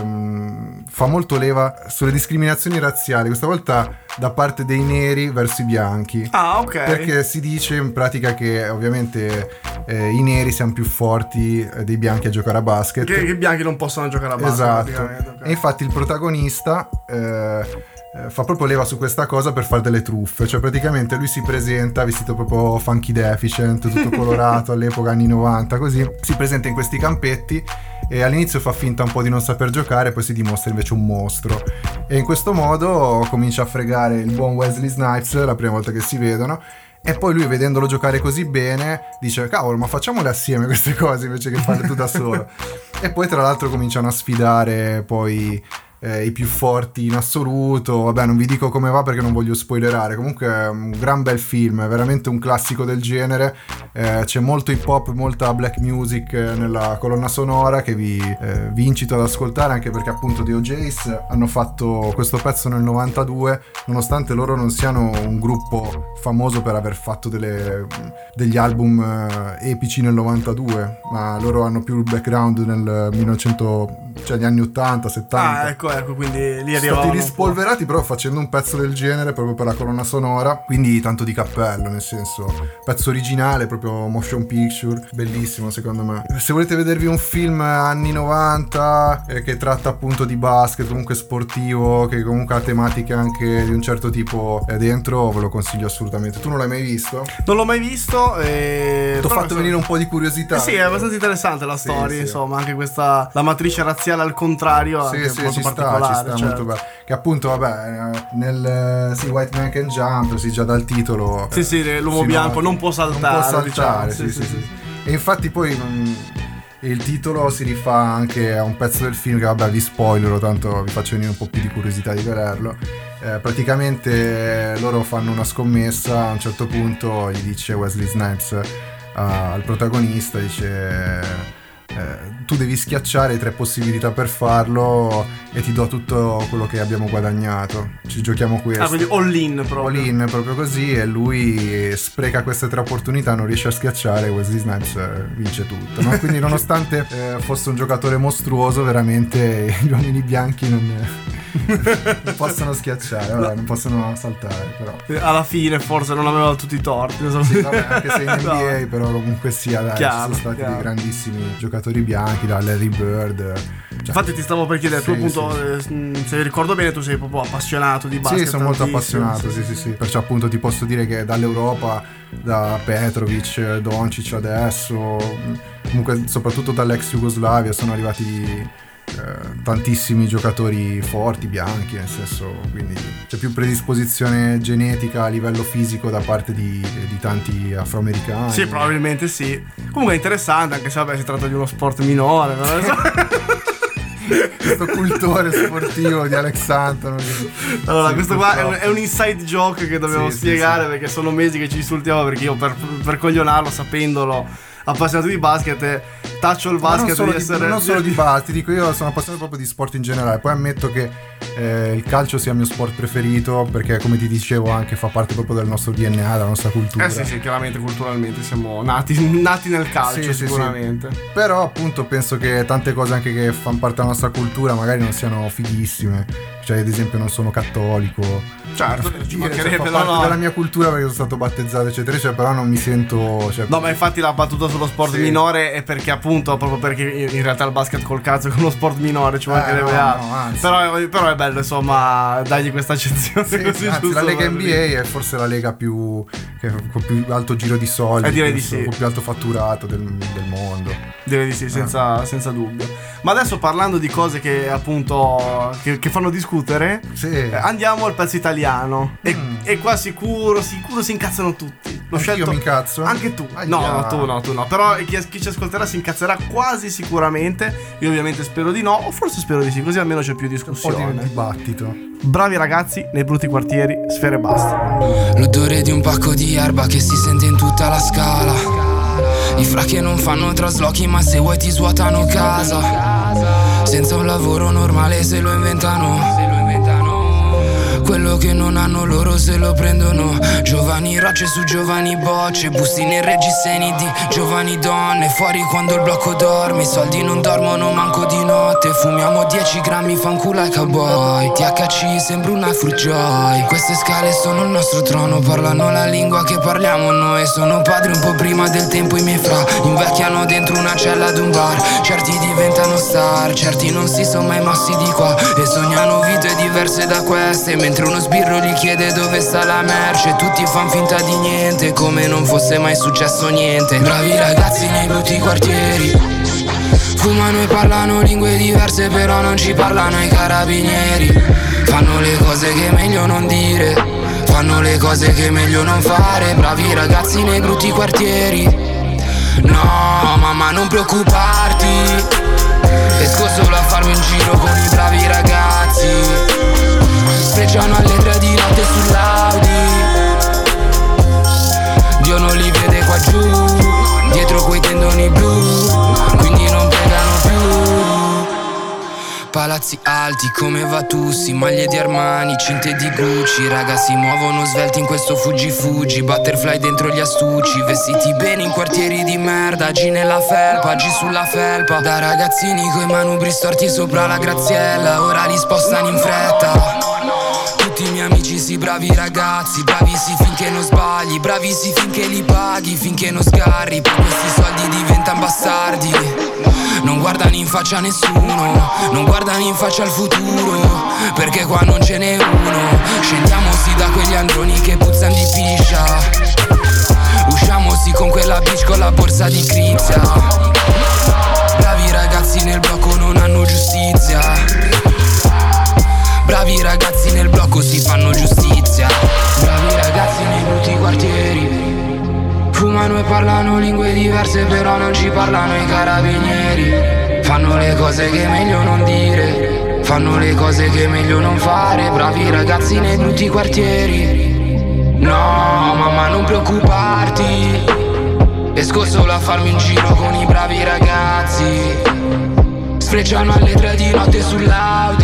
ehm, fa molto leva sulle discriminazioni razziali, questa volta da parte dei neri verso i bianchi. Ah, ok. Perché si dice in pratica che ovviamente eh, i neri siano più forti eh, dei bianchi a giocare a basket. Che, che i bianchi non possono giocare a basket. Esatto. Okay. E infatti il protagonista eh, Eh, fa proprio leva su questa cosa per fare delle truffe, cioè praticamente lui si presenta vestito proprio funky deficient, tutto colorato all'epoca anni novanta, così si presenta in questi campetti e all'inizio fa finta un po' di non saper giocare, poi si dimostra invece un mostro e in questo modo comincia a fregare il buon Wesley Snipes la prima volta che si vedono. E poi lui, vedendolo giocare così bene, dice cavolo, ma facciamole assieme queste cose invece che farle tu da solo. E poi tra l'altro cominciano a sfidare poi Eh, i più forti in assoluto. Vabbè, non vi dico come va perché non voglio spoilerare. Comunque è un gran bel film, è veramente un classico del genere. Eh, c'è molto hip hop, molta black music nella colonna sonora che vi, eh, vi incito ad ascoltare, anche perché appunto The O J's hanno fatto questo pezzo nel novantadue, nonostante loro non siano un gruppo famoso per aver fatto delle, degli album eh, epici nel novantadue, ma loro hanno più il background nel millenovecento, cioè negli anni ottanta settanta. Ah, ecco, ecco, quindi lì sono stati rispolverati però facendo un pezzo del genere proprio per la colonna sonora, quindi tanto di cappello, nel senso pezzo originale, proprio motion picture, bellissimo secondo me. Se volete vedervi un film anni novanta eh, che tratta appunto di basket, comunque sportivo, che comunque ha tematiche anche di un certo tipo eh, dentro, ve lo consiglio assolutamente. Tu non l'hai mai visto? Non l'ho mai visto e ti ho fatto venire un po' di curiosità. Eh sì, è abbastanza interessante la storia, sì, sì. Insomma, anche questa, la matrice razziale al contrario, sì, anche sì, molto ci particolare. Sta, ci sta, certo. molto bello. Che appunto, vabbè, nel sì, White Man Can Jump, sì, già dal titolo. Sì, sì, l'uomo sì, bianco no, non può saltare. Non può saltare, diciamo. sì, sì, sì, sì, sì. sì. E infatti poi mh, il titolo si rifà anche a un pezzo del film che, vabbè, vi spoilerò, tanto vi faccio venire un po' più di curiosità di vederlo. Eh, praticamente loro fanno una scommessa, a un certo punto gli dice Wesley Snipes uh, al protagonista, dice Eh, tu devi schiacciare tre possibilità per farlo e ti do tutto quello che abbiamo guadagnato, ci giochiamo questo. Ah, quindi all in proprio. All in proprio così, e lui spreca queste tre opportunità, non riesce a schiacciare, Wesley Snipes vince tutto, no? Quindi nonostante eh, fosse un giocatore mostruoso, veramente gli uomini bianchi non, non possono schiacciare, vabbè, non possono saltare, però alla fine forse non aveva tutti i torti, non so. Sì, vabbè, anche se in N B A no. Però comunque sia, dai, chiaro, ci sono stati chiaro. dei grandissimi giocatori bianchi, da Larry Bird, cioè, infatti ti stavo per chiedere, sì, tu appunto sì. eh, se ricordo bene tu sei proprio appassionato di basket. Sì, sono molto appassionato, sì. sì sì sì perciò appunto ti posso dire che dall'Europa, da Petrovic, Doncic adesso, comunque soprattutto dall'ex Jugoslavia sono arrivati Eh, tantissimi giocatori forti bianchi, nel senso, quindi c'è più predisposizione genetica a livello fisico da parte di, di tanti afroamericani. Sì, probabilmente sì. Comunque è interessante, anche se vabbè si tratta di uno sport minore, non lo so. Questo cultore sportivo di Alex Anton. Allora, sì, questo qua è un, è un inside joke che dobbiamo sì, spiegare, sì, sì. perché sono mesi che ci insultiamo, perché io per, per coglionarlo, sapendolo appassionato di basket, taccio il basket non solo di essere di, non solo di basket, ti dico, io sono appassionato proprio di sport in generale. Poi ammetto che eh, il calcio sia il mio sport preferito, perché come ti dicevo anche fa parte proprio del nostro D N A, della nostra cultura. Eh sì sì, chiaramente culturalmente siamo nati, nati nel calcio, sì, sicuramente sì, sì. Però appunto penso che tante cose anche che fanno parte della nostra cultura magari non siano fighissime. Cioè ad esempio non sono cattolico. Certo, ci mancherebbe, cioè, fa no, parte no. della mia cultura perché sono stato battezzato eccetera eccetera, però non mi sento, cioè, no, ma infatti la battuta sullo sport sì. minore è perché appunto proprio perché in realtà il basket col cazzo è uno sport minore, ci mancherebbe eh, no, altro. no, anzi. però, però è bello insomma dargli questa accezione, sì, così, anzi, la Lega N B A lì. è forse la lega più che, con più alto giro di soldi, eh, direi penso, di sì. con più alto fatturato del, del mondo. Direi di sì, senza, eh. senza dubbio. Ma adesso parlando di cose che appunto che, che fanno discutere discutere, sì. eh, andiamo al pezzo italiano. E, Mm. e qua sicuro, sicuro si incazzano tutti. L'ho Anch'io scelto. mi incazzo? Anche tu. Ahia. No, no, tu no, tu no. Però chi, chi ci ascolterà si incazzerà quasi sicuramente. Io ovviamente spero di no, o forse spero di sì, così almeno c'è più Un po' discussione. di dibattito. Bravi ragazzi nei brutti quartieri, Sfera Ebbasta. L'odore di un pacco di erba che si sente in tutta la scala. I fra che non fanno traslochi ma se vuoi ti svuotano casa. Senza un lavoro normale se lo inventano. Quello che non hanno loro se lo prendono. Giovani rocce su giovani bocce, bustine e reggiseni di giovani donne. Fuori quando il blocco dorme, i soldi non dormono manco di notte. Fumiamo dieci grammi, fanculo ai cowboy. T H C sembra una fruit joy. Queste scale sono il nostro trono, parlano la lingua che parliamo noi. Sono padre un po' prima del tempo, i miei fra invecchiano dentro una cella d'un bar. Certi diventano star, certi non si sono mai mossi di qua e sognano vite diverse da queste. Mentre uno sbirro gli chiede dove sta la merce, tutti fan finta di niente, come non fosse mai successo niente. Bravi ragazzi nei brutti quartieri, fumano e parlano lingue diverse, però non ci parlano i carabinieri. Fanno le cose che è meglio non dire, fanno le cose che è meglio non fare. Bravi ragazzi nei brutti quartieri. No, mamma non preoccuparti, esco solo a farmi un giro con i bravi ragazzi. Sfrecciano alle tre di notte sull'Audi. Dio non li vede qua giù, dietro quei tendoni blu, quindi non pregano più. Palazzi alti come Vatussi, maglie di Armani, cinte di Gucci. Raga si muovono svelti in questo fuggi fuggi, butterfly dentro gli astucci. Vestiti bene in quartieri di merda, G nella felpa, G sulla felpa. Da ragazzini coi manubri storti sopra la graziella, ora li spostano in fretta. Tutti i miei amici sì, bravi ragazzi, bravissimi finché non sbagli, bravissimi finché li paghi, finché non sgarri, per questi soldi diventano bastardi. Non guardano in faccia a nessuno, non guardano in faccia al futuro, perché qua non ce n'è uno. Scendiamo sì da quegli androni che puzzano di piscia, usciamo sì con quella bitch con la borsa di Crizia. Bravi ragazzi nel blocco non hanno giustizia, bravi ragazzi nel blocco si fanno giustizia. Bravi ragazzi nei brutti quartieri, fumano e parlano lingue diverse, però non ci parlano i carabinieri. Fanno le cose che è meglio non dire, fanno le cose che è meglio non fare. Bravi ragazzi nei brutti quartieri. No, mamma non preoccuparti, esco solo a farmi un giro con i bravi ragazzi. Sfrecciano alle tre di notte sull'Audi.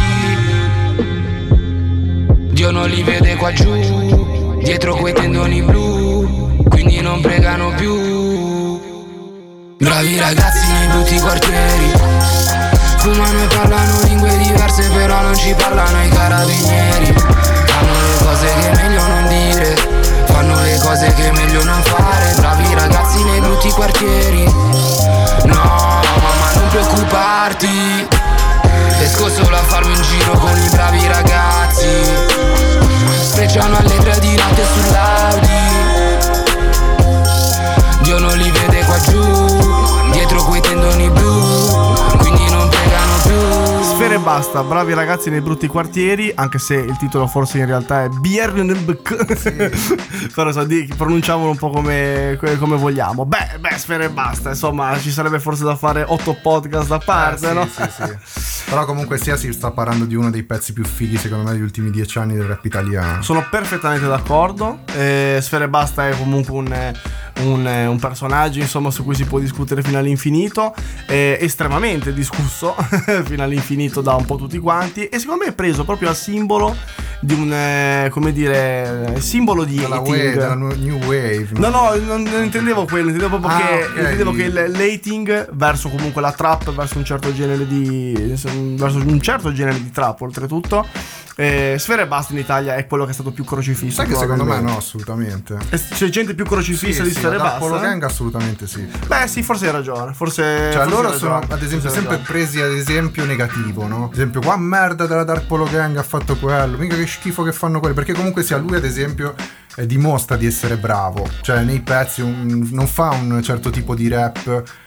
Dio non li vede qua giù, dietro quei tendoni blu, quindi non pregano più. Bravi ragazzi nei brutti quartieri, fumano e parlano lingue diverse, però non ci parlano i carabinieri. Fanno le cose che è meglio non dire, fanno le cose che è meglio non fare. Bravi ragazzi nei brutti quartieri. No, mamma non preoccuparti, esco solo a farmi un giro con i bravi ragazzi. Sfrecciano alle tre di notte sull'Audi. Dio non li vede qua giù, dietro quei tendoni blu, quindi non pregano più. Sfera Ebbasta, bravi ragazzi nei brutti quartieri, anche se il titolo forse in realtà è Biernenbk, sì. Però so, di, pronunciamolo un po' come, come vogliamo. Beh, beh, Sfera Ebbasta, insomma, ci sarebbe forse da fare otto podcast a parte, eh, sì, no? Sì, sì. Però comunque sia si sta parlando di uno dei pezzi più fighi secondo me degli ultimi dieci anni del rap italiano. Sono perfettamente d'accordo. eh, Sfera Ebbasta è comunque un, un, un personaggio insomma su cui si può discutere fino all'infinito, è estremamente discusso fino all'infinito da un po' tutti quanti, e secondo me è preso proprio al simbolo di un eh, come dire simbolo di della, hating. wave, della new wave. No no, non, non intendevo quello, intendevo proprio ah, che okay. intendevo che il- l'hating verso comunque la trap, verso un certo genere di verso un certo genere di trap oltretutto. Eh, Sfera Ebbasta in Italia è quello che è stato più crocifisso. Sai che secondo me probabilmente. no, assolutamente. E c'è gente più crocifissa Sì, di sì, Sfera la Ebbasta? Polo Gang assolutamente sì. Beh sì, forse hai ragione. Forse Cioè forse loro hai sono ragione. ad esempio Forse hai sempre ragione. presi ad esempio negativo, no? Ad esempio qua merda della Dark Polo Gang ha fatto quello, mica che schifo che fanno quelli, perché comunque sia lui ad esempio eh, dimostra di essere bravo, cioè nei pezzi un, non fa un certo tipo di rap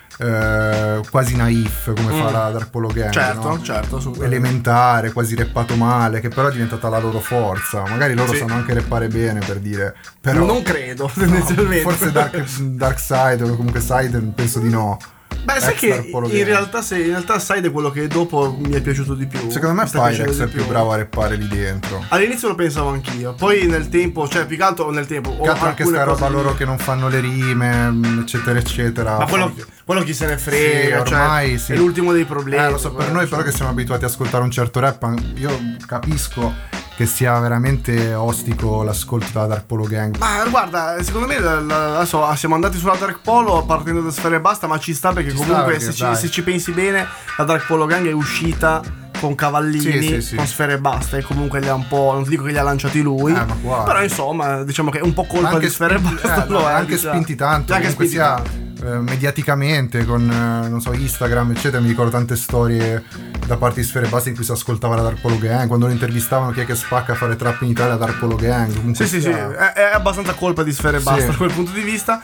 eh, quasi naif come Mm. fa la Dark Polo Gang, Certo, no? certo, assolutamente. Elementare, quasi rappato male, che però è diventata la loro forza. Magari loro Sì. sanno anche rappare bene, per dire, però Non credo, tendenzialmente. forse Dark, Dark Side o comunque Side penso di no. Beh, sai Ex che Dark Polo in Gang. realtà, se, in realtà Side è quello che dopo mi è piaciuto di più. Secondo me Mi sta piacendo Pyrex è di il più bravo a rappare lì dentro. All'inizio lo pensavo anch'io, poi nel tempo, cioè più che altro nel tempo. Che altro anche sta roba loro che non fanno le rime, eccetera eccetera. Ma quello, quello chi se ne frega, Sì, ormai cioè, sì. è l'ultimo dei problemi. Eh, lo so, per noi però che siamo abituati ad ascoltare un certo rap, io capisco che sia veramente ostico l'ascolto della Dark Polo Gang. Ma guarda, secondo me la- la- adesso siamo andati sulla Dark Polo partendo da Sfere e Basta, ma ci sta perché Ci sta, comunque perché, se, ci, dai. se ci pensi bene la Dark Polo Gang è uscita con Cavallini, Sì, sì, sì. con Sfere e Basta, e comunque li ha un po', non ti dico che li ha lanciati lui, Eh, ma guarda. però insomma diciamo che è un po' colpa Anche di Sfere e spinti- Basta, eh, lo no, è, anche diciamo. spinti tanto, Anche comunque spinti sia tanto. eh, mediaticamente con eh, non so Instagram eccetera. Mi ricordo tante storie da parte di Sfere e Basta in cui si ascoltava la Dark Polo Gang, quando lo intervistavano: chi è che spacca a fare trap in Italia? La Dark Polo Gang. Comunque Sì, sì, sì, sia- è, è abbastanza colpa di Sfere e Sì. Basta da quel punto di vista.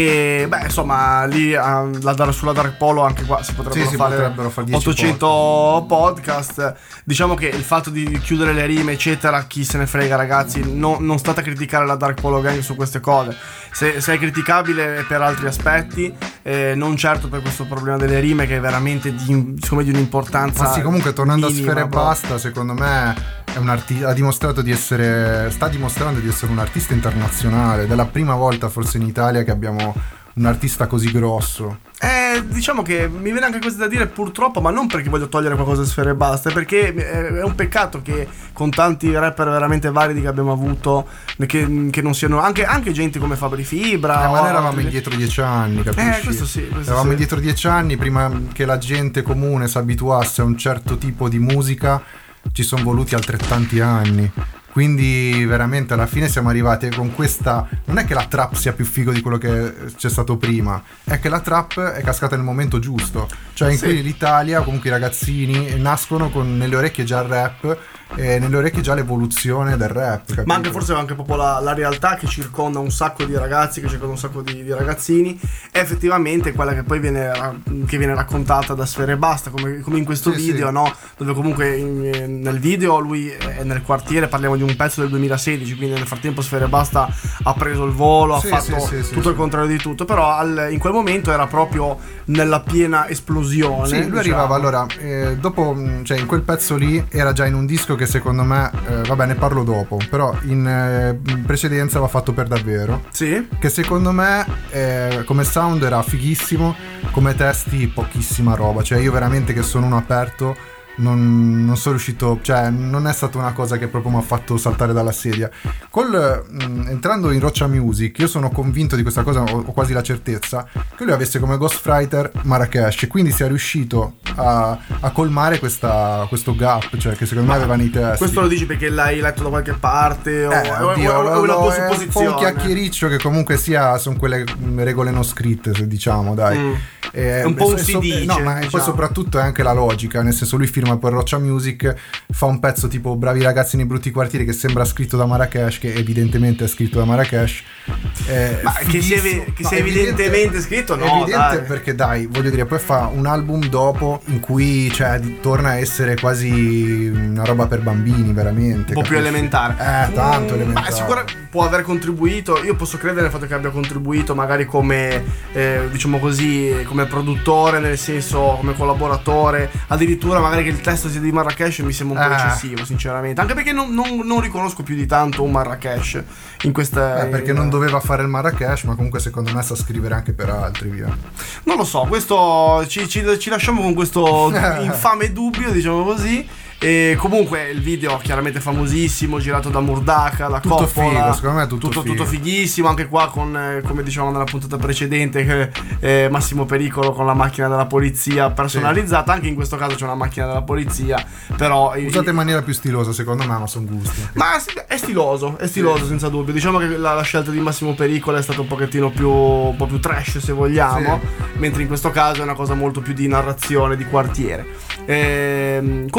E beh, insomma, lì ah, la, dar- sulla Dark Polo anche qua si potrebbero Sì, si fare potrebbero fare dieci ottocento podcast. Diciamo che il fatto di chiudere le rime, eccetera, chi se ne frega, ragazzi. No- non state a criticare la Dark Polo Gang su queste cose. Se, se è criticabile è per altri aspetti, eh, non certo per questo problema delle rime, che è veramente di, secondo me, di un'importanza. Ma sì, comunque tornando minima, a Sfere e proprio. Basta, secondo me è un artista, ha dimostrato di essere, sta dimostrando di essere un artista internazionale. Ed è la prima volta forse in Italia che abbiamo un artista così grosso. Eh, diciamo che mi viene anche questo da dire, purtroppo, ma non perché voglio togliere qualcosa a Sfere e Basta, perché è un peccato che con tanti rapper veramente validi che abbiamo avuto, che, che non siano anche, anche gente come Fabri Fibra. Eh, ma o noi eravamo altri- indietro dieci anni, capisci? Eh, questo sì, questo eravamo sì. indietro dieci anni, prima che la gente comune si abituasse a un certo tipo di musica ci sono voluti altrettanti anni. Quindi veramente alla fine siamo arrivati con questa. Non è che la trap sia più figo di quello che c'è stato prima, è che la trap è cascata nel momento giusto. Cioè in Sì. cui l'Italia, comunque i ragazzini nascono con nelle orecchie già il rap e nelle orecchie già l'evoluzione del rap, capito? Ma anche forse anche proprio la, la realtà che circonda un sacco di ragazzi, che circonda un sacco di, di ragazzini, è effettivamente quella che poi viene, ra- che viene raccontata da Sfere e Basta, come, come in questo Sì, video, sì. no? Dove comunque in- nel video lui è nel quartiere, parliamo di un pezzo del duemilasedici, quindi nel frattempo Sfere e Basta ha preso il volo, Sì, ha fatto sì, sì, sì, tutto sì. il contrario di tutto, però al- in quel momento era proprio nella piena esplosione. Sì, lui diciamo. arrivava allora, eh, dopo, mh, cioè in quel pezzo lì era già in un disco che secondo me, eh, vabbè ne parlo dopo, però in, eh, in precedenza va fatto per davvero. Sì. Che secondo me eh, come sound era fighissimo, come testi pochissima roba, cioè io veramente che sono uno aperto non, non sono riuscito, cioè non è stata una cosa che proprio mi ha fatto saltare dalla sedia. Col, mh, entrando in Roccia Music io sono convinto di questa cosa, ho, ho quasi la certezza che lui avesse come ghostwriter Marrakesh e quindi sia riuscito a, a colmare questa, questo gap, cioè che secondo me aveva nei testi. Questo lo dici perché l'hai letto da qualche parte o Eh, o- oddio, o- o è una lo- tua è un po' supposizione? un chiacchiericcio che comunque sia sono quelle mh, regole non scritte, se diciamo, dai. Mm. Eh, È un po' un e si so- dice, no, ma diciamo. poi soprattutto è anche la logica, nel senso lui firma per Roccia Music, fa un pezzo tipo Bravi ragazzi nei brutti quartieri che sembra scritto da Marrakesh, che evidentemente è scritto da Marrakesh. Eh, Ma che sia, fighissimo. evi- che No, sia evidente- evidentemente scritto, no, evidente dai. perché dai, voglio dire, poi fa un album dopo in cui cioè di- torna a essere quasi una roba per bambini, veramente. Un po' più capisci? elementare. Eh, tanto Mm, elementare. Ma sicuramente può aver contribuito. Io posso credere nel fatto che abbia contribuito, magari come eh, diciamo così, come produttore, nel senso come collaboratore. Addirittura magari che il testo sia di Marrakesh mi sembra un po' Eh. eccessivo, sinceramente. Anche perché non, non- non riconosco più di tanto un Marrakesh in questa. Eh, perché in- non doveva fare il Marrakesh, ma comunque secondo me sa scrivere anche per altri, via. Non lo so, questo ci, ci- ci lasciamo con questo infame dubbio, diciamo così. E comunque il video chiaramente famosissimo, girato da Murdaka, da Tutto Coppola. figo, secondo me è tutto tutto, figo. tutto fighissimo, anche qua con, eh, come dicevamo nella puntata precedente, che, eh, Massimo Pericolo con la macchina della polizia personalizzata. Anche in questo caso c'è una macchina della polizia, però Usate in maniera più stilosa, secondo me, ma sono gusti. ma sì, è stiloso, è stiloso senza dubbio. Diciamo che la, la scelta di Massimo Pericolo è stata un pochettino più un po' più trash, se vogliamo, mentre in questo caso è una cosa molto più di narrazione, di quartiere. Ehm, comunque questo qua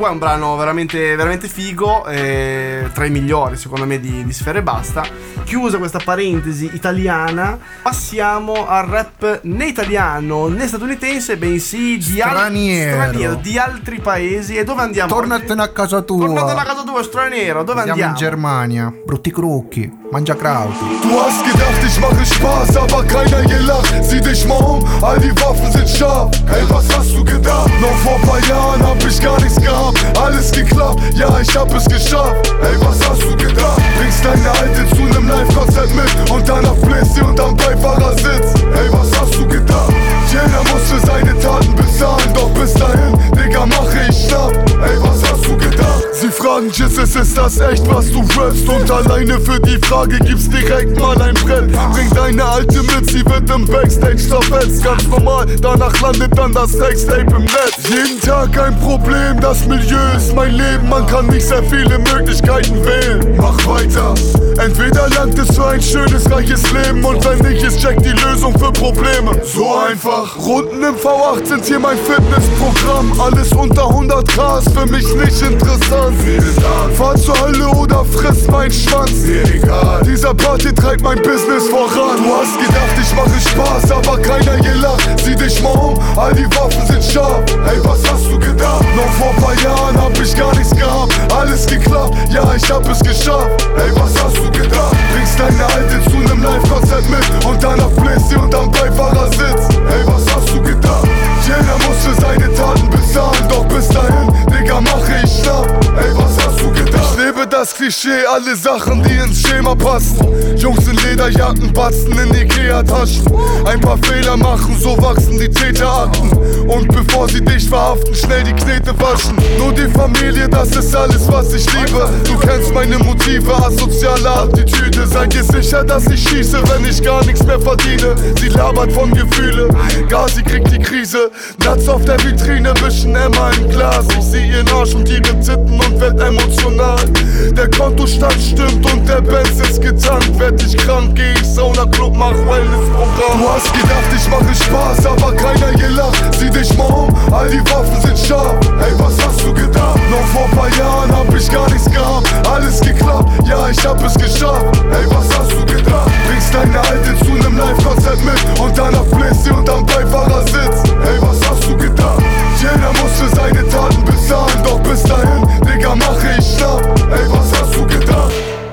qua è un brano veramente, veramente figo, eh, tra i migliori secondo me di, di Sfera Ebbasta. Chiusa questa parentesi italiana, passiamo al rap né italiano né statunitense, bensì di, al- straniero, di altri paesi. E dove andiamo? Tornatene a casa tua. Tornatene a casa tua, straniero. Dove Siamo andiamo? in Germania. Brutti Crucchi, mangia Krauti. Du hast gedacht, ich mache Spaß, aber keiner gelacht. Sieh dich mal um, all die Waffen sind scharf. Hey, was hast du gedacht? Noch vor paar Jahren hab ich gar nichts gehabt. Alles geklappt, ja, ich hab es geschafft. Hey, was hast du gedacht? Bringst deine Alte zu nem Live-Konzert mit und danach bläst sie unterm Beifahrersitz. Hey, was hast du gedacht? Jeder muss für seine Taten bezahlen, doch bis dahin, Digga, mache ich schnapp. Ey, was hast du gedacht? Sie fragen, Jesus, ist das echt, was du rappst? Und alleine für die Frage gibt's direkt mal ein Brett. Bring deine Alte mit, sie wird im Backstage zerfetzt. Ganz normal, danach landet dann das Sextape im Netz. Jeden Tag ein Problem, das Milieu ist mein Leben. Man kann nicht sehr viele Möglichkeiten wählen. Mach weiter, entweder langt es für ein schönes, reiches Leben. Und wenn nicht, ist Jack die Lösung für Probleme. So einfach. Runden im V acht sind hier mein Fitnessprogramm. Alles unter hundert K ist für mich nicht interessant. Fahr zur Hölle oder friss mein Schwanz. Mir egal. Dieser Party treibt mein Business voran. Du hast gedacht, ich mache Spaß, aber keiner gelacht. Sieh dich mal um, all die Waffen sind scharf. Hey, was hast du gedacht? Noch vor paar Jahren hab ich gar nichts gehabt. Alles geklappt, ja, ich hab es geschafft. Hey, was hast du gedacht? Bringst deine Alte zu nem Live-Konzert mit und danach bläst sie unterm Beifahrersitz. Hey, was hast du gedacht? Jeder muss für seine Taten bezahlen, doch bis dahin, Digga, mache ich schnapp. Ey, was hast du gedacht? Ich lebe das Klischee, alle Sachen, die ins Schema passen. Jungs in Lederjacken, Batzen in Ikea-Taschen. Ein paar Fehler machen, so wachsen die Täterakten. Und bevor sie dich verhaften, schnell die Knete waschen. Nur die Familie, das ist alles, was ich liebe. Du kennst meine Motive, asoziale Attitüde. Seid ihr sicher, dass ich schieße, wenn ich gar nichts mehr verdiene? Sie labert von Gefühle, Gazi kriegt die Krise. Platz auf der Vitrine, wischen Emma im Glas. Ich seh ihren Arsch und ihre Titten und werd emotional. Der Kontostand stimmt und der Benz ist getankt. Werd ich krank, geh ich Sauna-Club, mach Wellness-Programm. Du hast gedacht, ich mache Spaß, aber keiner gelacht. Sieh dich mal um, all die Waffen sind scharf. Hey, was hast du gedacht? Noch vor paar Jahren hab ich gar nichts gehabt. Alles geklappt, ja, ich hab es geschafft. Hey, was hast du gedacht? Bringst deine Alte zu nem Live-Konzert mit und danach bläst sie unterm Beifahrersitz. Hey, was hast du gedacht? Jeder muss für seine Taten bezahlen, doch bis dahin, Digga, mache ich schnapp. Ey, was hast du gedacht?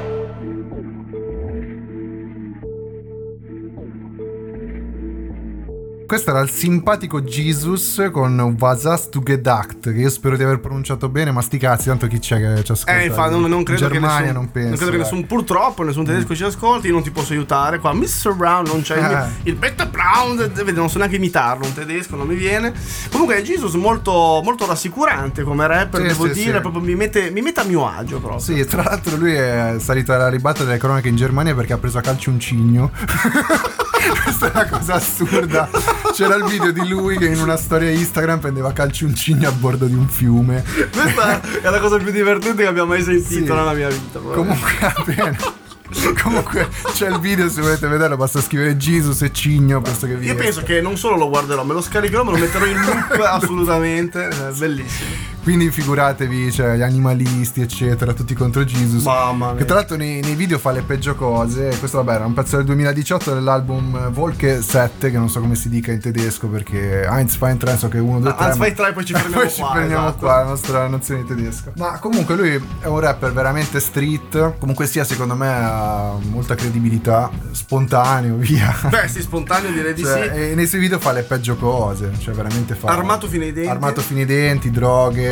Questo era il simpatico Jesus con Was hast du gedacht, che io spero di aver pronunciato bene, ma sti cazzi, tanto chi c'è che ci ascolta? Eh, infatti, non, non credo Germania, che nessun, non penso. non credo che nessun, purtroppo, nessun tedesco ci ascolti, io non ti posso aiutare qua. mister Brown non c'è, il, il Beta Brown, vedi, non so neanche imitarlo, un tedesco non mi viene. Comunque Jesus molto, molto rassicurante come rapper, sì, devo sì, dire, sì. proprio mi mette, mi mette a mio agio proprio. Sì, tra l'altro lui è salito alla ribalta delle cronache in Germania perché ha preso a calci un cigno. Questa è una cosa assurda. C'era il video di lui che in una storia Instagram prendeva a calci un cigno a bordo di un fiume. Questa è la cosa più divertente che abbia mai sentito sì. nella mia vita. Comunque appena Comunque c'è il video, se volete vederlo basta scrivere Jesus e Cigno. Penso che vi Io penso che non solo lo guarderò, me lo scaricherò, me lo metterò in loop assolutamente. È bellissimo. Quindi figuratevi, cioè gli animalisti eccetera, tutti contro Jesus. Mamma mia. Che tra l'altro nei, nei video fa le peggio cose. Questo vabbè era un pezzo del duemiladiciotto dell'album Wolke sette, che non so come si dica in tedesco perché Eins, zwei, drei, so che uno, due, tre. Eins, zwei, drei, poi ci fermiamo poi qua. ci fermiamo esatto. qua, la nostra nozione di tedesco. Ma comunque lui è un rapper veramente street. Comunque sia, secondo me ha molta credibilità, spontaneo, via. Beh sì, spontaneo direi di cioè, sì. E nei suoi video fa le peggio cose, cioè veramente fa Armato fino ai denti. Armato fino ai denti, droghe,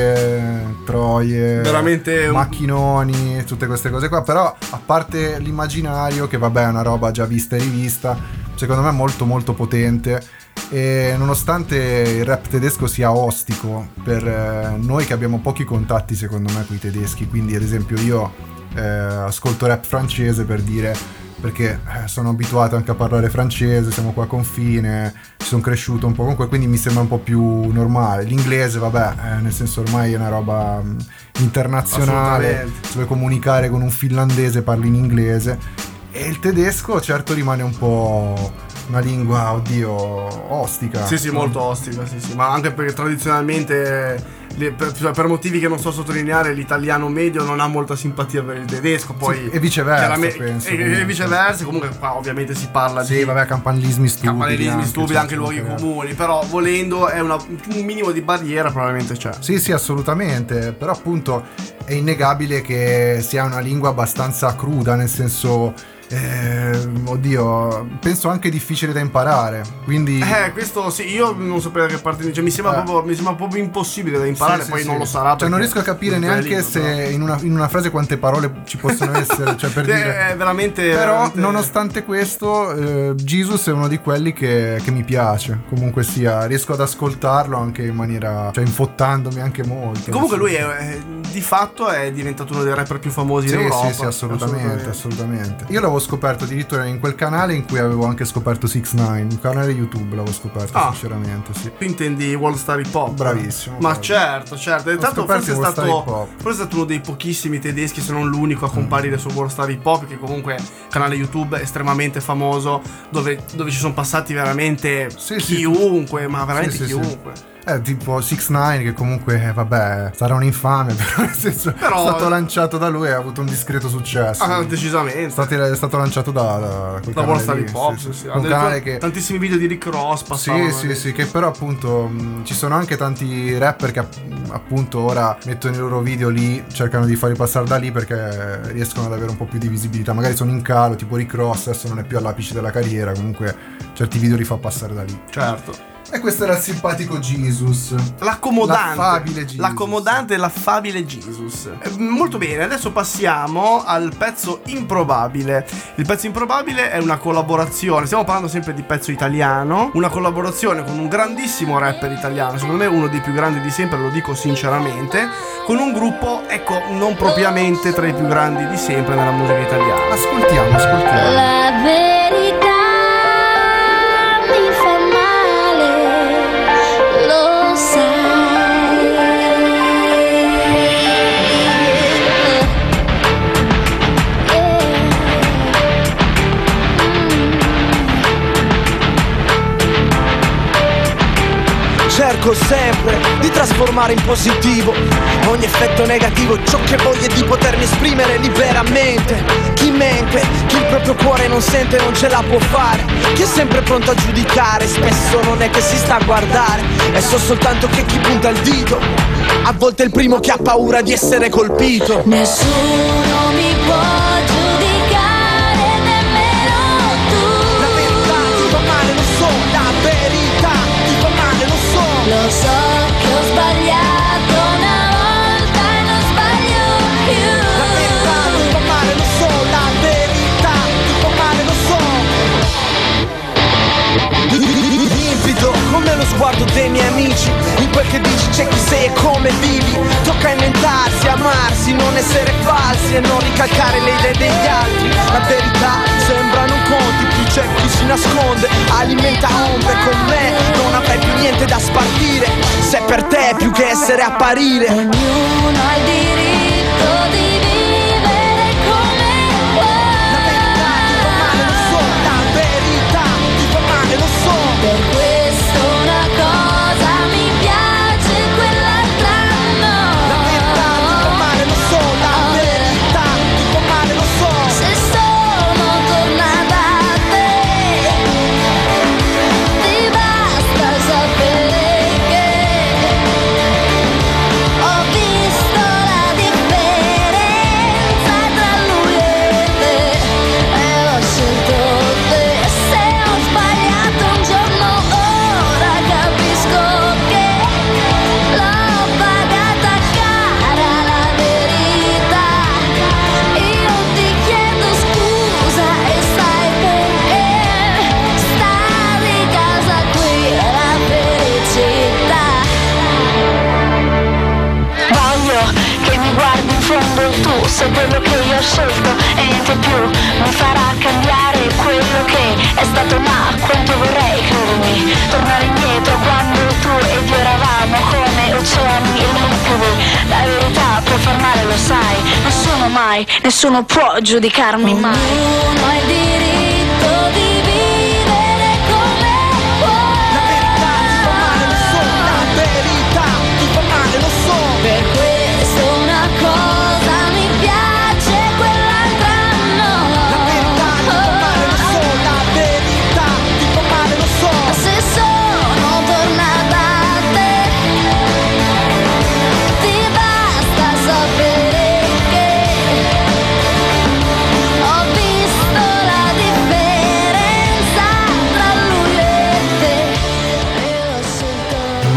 troie, veramente macchinoni, tutte queste cose qua. Però a parte l'immaginario, che vabbè è una roba già vista e rivista, secondo me è molto molto potente. E nonostante il rap tedesco sia ostico per eh, noi che abbiamo pochi contatti secondo me con i tedeschi, quindi ad esempio io eh, ascolto rap francese per dire, perché eh, sono abituato anche a parlare francese, siamo qua a confine, ci sono cresciuto un po' comunque, quindi mi sembra un po' più normale. L'inglese vabbè, eh, nel senso ormai è una roba mh, internazionale, se vuoi comunicare con un finlandese parli in inglese. E il tedesco certo rimane un po' una lingua, oddio, ostica. Sì, sì, molto ostica, sì, sì, ma anche perché tradizionalmente per, per motivi che non so sottolineare l'italiano medio non ha molta simpatia per il tedesco, poi sì, e viceversa penso, e, e viceversa comunque qua ovviamente si parla sì, di vabbè, campanilismi stupidi, campanilismi stupidi, anche, anche luoghi comuni, però volendo è una, un minimo di barriera probabilmente c'è. Sì, sì, assolutamente, però appunto è innegabile che sia una lingua abbastanza cruda, nel senso Eh, oddio, penso anche difficile da imparare. Quindi Eh, questo sì, io non sapevo che parte, cioè, mi sembra eh. proprio mi sembra proprio impossibile da imparare, sì, poi sì, non sì. lo sarà. Cioè non riesco a capire neanche lingua, se però. in una, in una frase quante parole ci possono essere, cioè per Eh, dire è veramente Però veramente... nonostante questo eh, Jesus è uno di quelli che, che mi piace. Comunque sia, riesco ad ascoltarlo anche in maniera, cioè infottandomi anche molto. Comunque sì, lui sì. è, è, di fatto è diventato uno dei rapper più famosi Sì, in Europa. sì, sì, assolutamente, assolutamente. Io l'avevo scoperto addirittura in quel canale in cui avevo anche scoperto six nine, un canale YouTube l'avevo scoperto, Ah. sinceramente, sì. Tu intendi World Star Hip Hop? Bravissimo. Ma bravo. certo, certo. E tanto scoperto forse è, World Star Hip stato, Hop. forse è stato uno dei pochissimi tedeschi, se non l'unico, a comparire su World Star Hip Hop, che comunque è un canale YouTube estremamente famoso, dove, dove ci sono passati veramente Sì, sì, chiunque, ma veramente sì, sì, chiunque. sì. Eh, tipo six nine che comunque, eh, vabbè, sarà un infame, però nel senso Però- è stato lanciato da lui e ha avuto un discreto successo. Ah, decisamente. È stato, è stato lanciato da, da quel Da canale World Star lì, Hip Hop, sì, sì, sì. sì. Un Addirittura canale che tantissimi video di Rick Ross passavano. Sì, sì, lì. sì, che però appunto mh, ci sono anche tanti rapper che app- appunto ora mettono i loro video lì, cercano di farli passare da lì perché riescono ad avere un po' più di visibilità. Magari sono in calo, tipo Rick Ross adesso non è più all'apice della carriera, comunque certi video li fa passare da lì. Certo. E questo era il simpatico Jesus. L'accomodante. L'affabile Jesus. L'accomodante e l'affabile Jesus. Eh, Molto bene, adesso passiamo al pezzo improbabile. Il pezzo improbabile è una collaborazione, stiamo parlando sempre di pezzo italiano, una collaborazione con un grandissimo rapper italiano, secondo me uno dei più grandi di sempre, lo dico sinceramente, con un gruppo, ecco, non propriamente tra i più grandi di sempre nella musica italiana. Ascoltiamo, ascoltiamo. La verità mi fa male, lo sai. Cerco sempre di trasformare in positivo ogni effetto negativo, ciò che voglio è di potermi esprimere liberamente. Chi mente, chi il proprio cuore non sente non ce la può fare. Chi è sempre pronto a giudicare, spesso non è che si sta a guardare, e so soltanto che chi punta il dito a volte è il primo che ha paura di essere colpito. Nessuno mi può giudicare, nemmeno tu. La verità ti fa male, lo so, la verità ti fa male, lo so. Lo so che ho sbagliato una volta e non sbaglio più. La verità ti fa male, lo so, la verità ti fa male, lo so. Limpido come lo sguardo dei miei amici, in quel che dici c'è chi sei e come vivi. Tocca inventarsi, amarsi, non essere falsi e non ricalcare le idee degli altri. La verità sembrano conti, più c'è chi si nasconde, alimenta ombre. Con me non avrai più niente da spartire, se per te è più che essere apparire. Ognuno ha il diritto di vivere come vuole. La verità ti fa male, lo so, la verità ti fa male, lo so. Per questo una cosa mi piace, quell'altra no. La verità ti fa male, lo so, la verità ti fa male, lo so. Se sono tornata a te, ti basta sapere che ho visto la differenza tra lui e te, e ho scelto te. Se ho sbagliato un giorno, ora capisco che l'ho pagata cara la verità. Io ti chiedo scusa e sai perché stare in casa qui è la felicità. Voglio che mi guardi in fondo tu, se quello che io ho scelto e niente più mi farà cambiare quello che è stato, ma quanto vorrei, credimi, tornare indietro quando tu ed io eravamo come oceani e limpidi. La verità può far male, lo sai, nessuno mai, nessuno può giudicarmi mai. Ognuno ha il diritto di vivere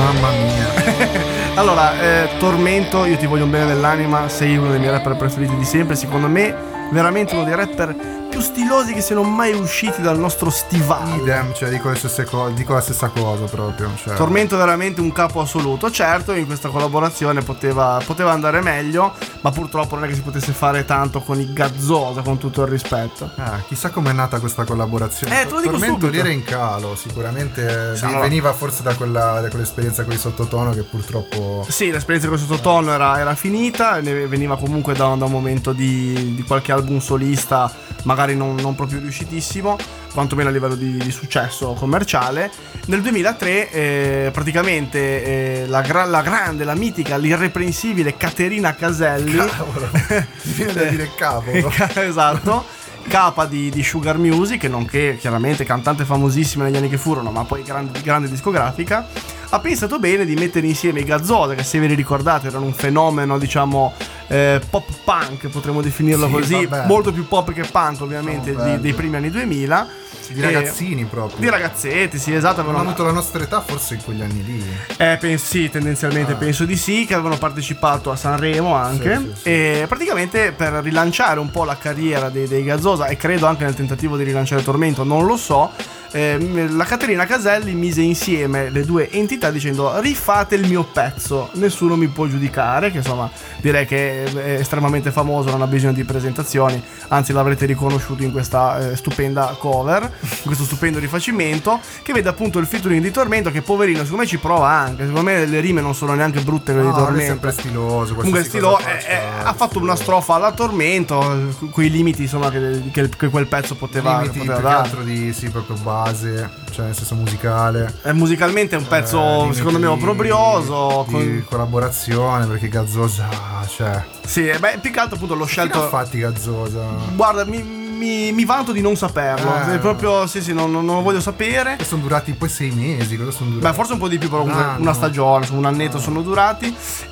Mamma mia. Allora, eh, Tormento, io ti voglio un bene dell'anima, sei uno dei miei rapper preferiti di sempre, secondo me veramente uno dei rapper più stilosi che siano mai usciti dal nostro stivale. Idem, cioè dico, le stesse co- dico la stessa cosa proprio, cioè. Tormento è veramente un capo assoluto. Certo, in questa collaborazione poteva, poteva andare meglio, ma purtroppo non è che si potesse fare tanto con i Gazzosa, con tutto il rispetto. Ah, chissà com'è nata questa collaborazione. Eh, te lo dico Tormento subito. lì era in calo, sicuramente Sì, vi- allora. veniva forse da, quella, da quell'esperienza con il sottotono che purtroppo... Sì, l'esperienza con il sottotono era, era finita, ne veniva comunque da, da un momento di, di qualche album solista, magari non, non proprio riuscitissimo, quantomeno a livello di, di successo commerciale. Nel duemilatré eh, praticamente eh, la, gra- la grande, la mitica, l'irreprensibile Caterina Caselli, Cavolo, mi viene da dire capo. esatto, capa di, di Sugar Music, nonché chiaramente cantante famosissima negli anni che furono, ma poi grande, grande discografica, ha pensato bene di mettere insieme i Gazzosa, che se ve li ricordate erano un fenomeno, diciamo, eh, pop punk, potremmo definirlo Sì, così, vabbè. molto più pop che punk ovviamente, Oh, di- bello. dei primi anni duemila. Di Eh, ragazzini proprio. Di ragazzetti, sì, esatto. Hanno avevano- avuto la nostra età forse in quegli anni lì. eh, pen- sì, tendenzialmente Ah. penso di sì, che avevano partecipato a Sanremo anche. Sì, sì, sì. E praticamente per rilanciare un po' la carriera dei, dei Gazzosa, e credo anche nel tentativo di rilanciare Tormento, non lo so, ehm, la Caterina Caselli mise insieme le due entità dicendo: rifate il mio pezzo, nessuno mi può giudicare, che insomma direi che è estremamente famoso, non ha bisogno di presentazioni, anzi l'avrete riconosciuto in questa eh, stupenda cover, in questo stupendo rifacimento, che vede appunto il featuring di Tormento, che poverino secondo me ci prova anche, secondo me le rime non sono neanche brutte quelle No, di lui è Tormento. sempre stiloso. Comunque qualsiasi stilo, cosa eh, faccia, eh, ha fatto una strofa alla Tormento, quei limiti insomma che, che- che quel pezzo poteva, limiti poteva più che dare. altro di sì, proprio base, cioè nel senso musicale. Eh, musicalmente è un pezzo Eh, limiti secondo me di- obbrobrioso, di con- collaborazione, perché Gazzosa, cioè, sì, eh, beh, più che altro appunto l'ho chi l'ha scelto. fatti Gazzosa? Guarda, mi, mi, mi vanto di non saperlo. Eh. È proprio, sì, sì, non, non lo voglio sapere. Che sono durati poi sei mesi, cosa sono durati? Beh, forse un po' di più, però comunque Un anno. una stagione, insomma, un annetto sono durati.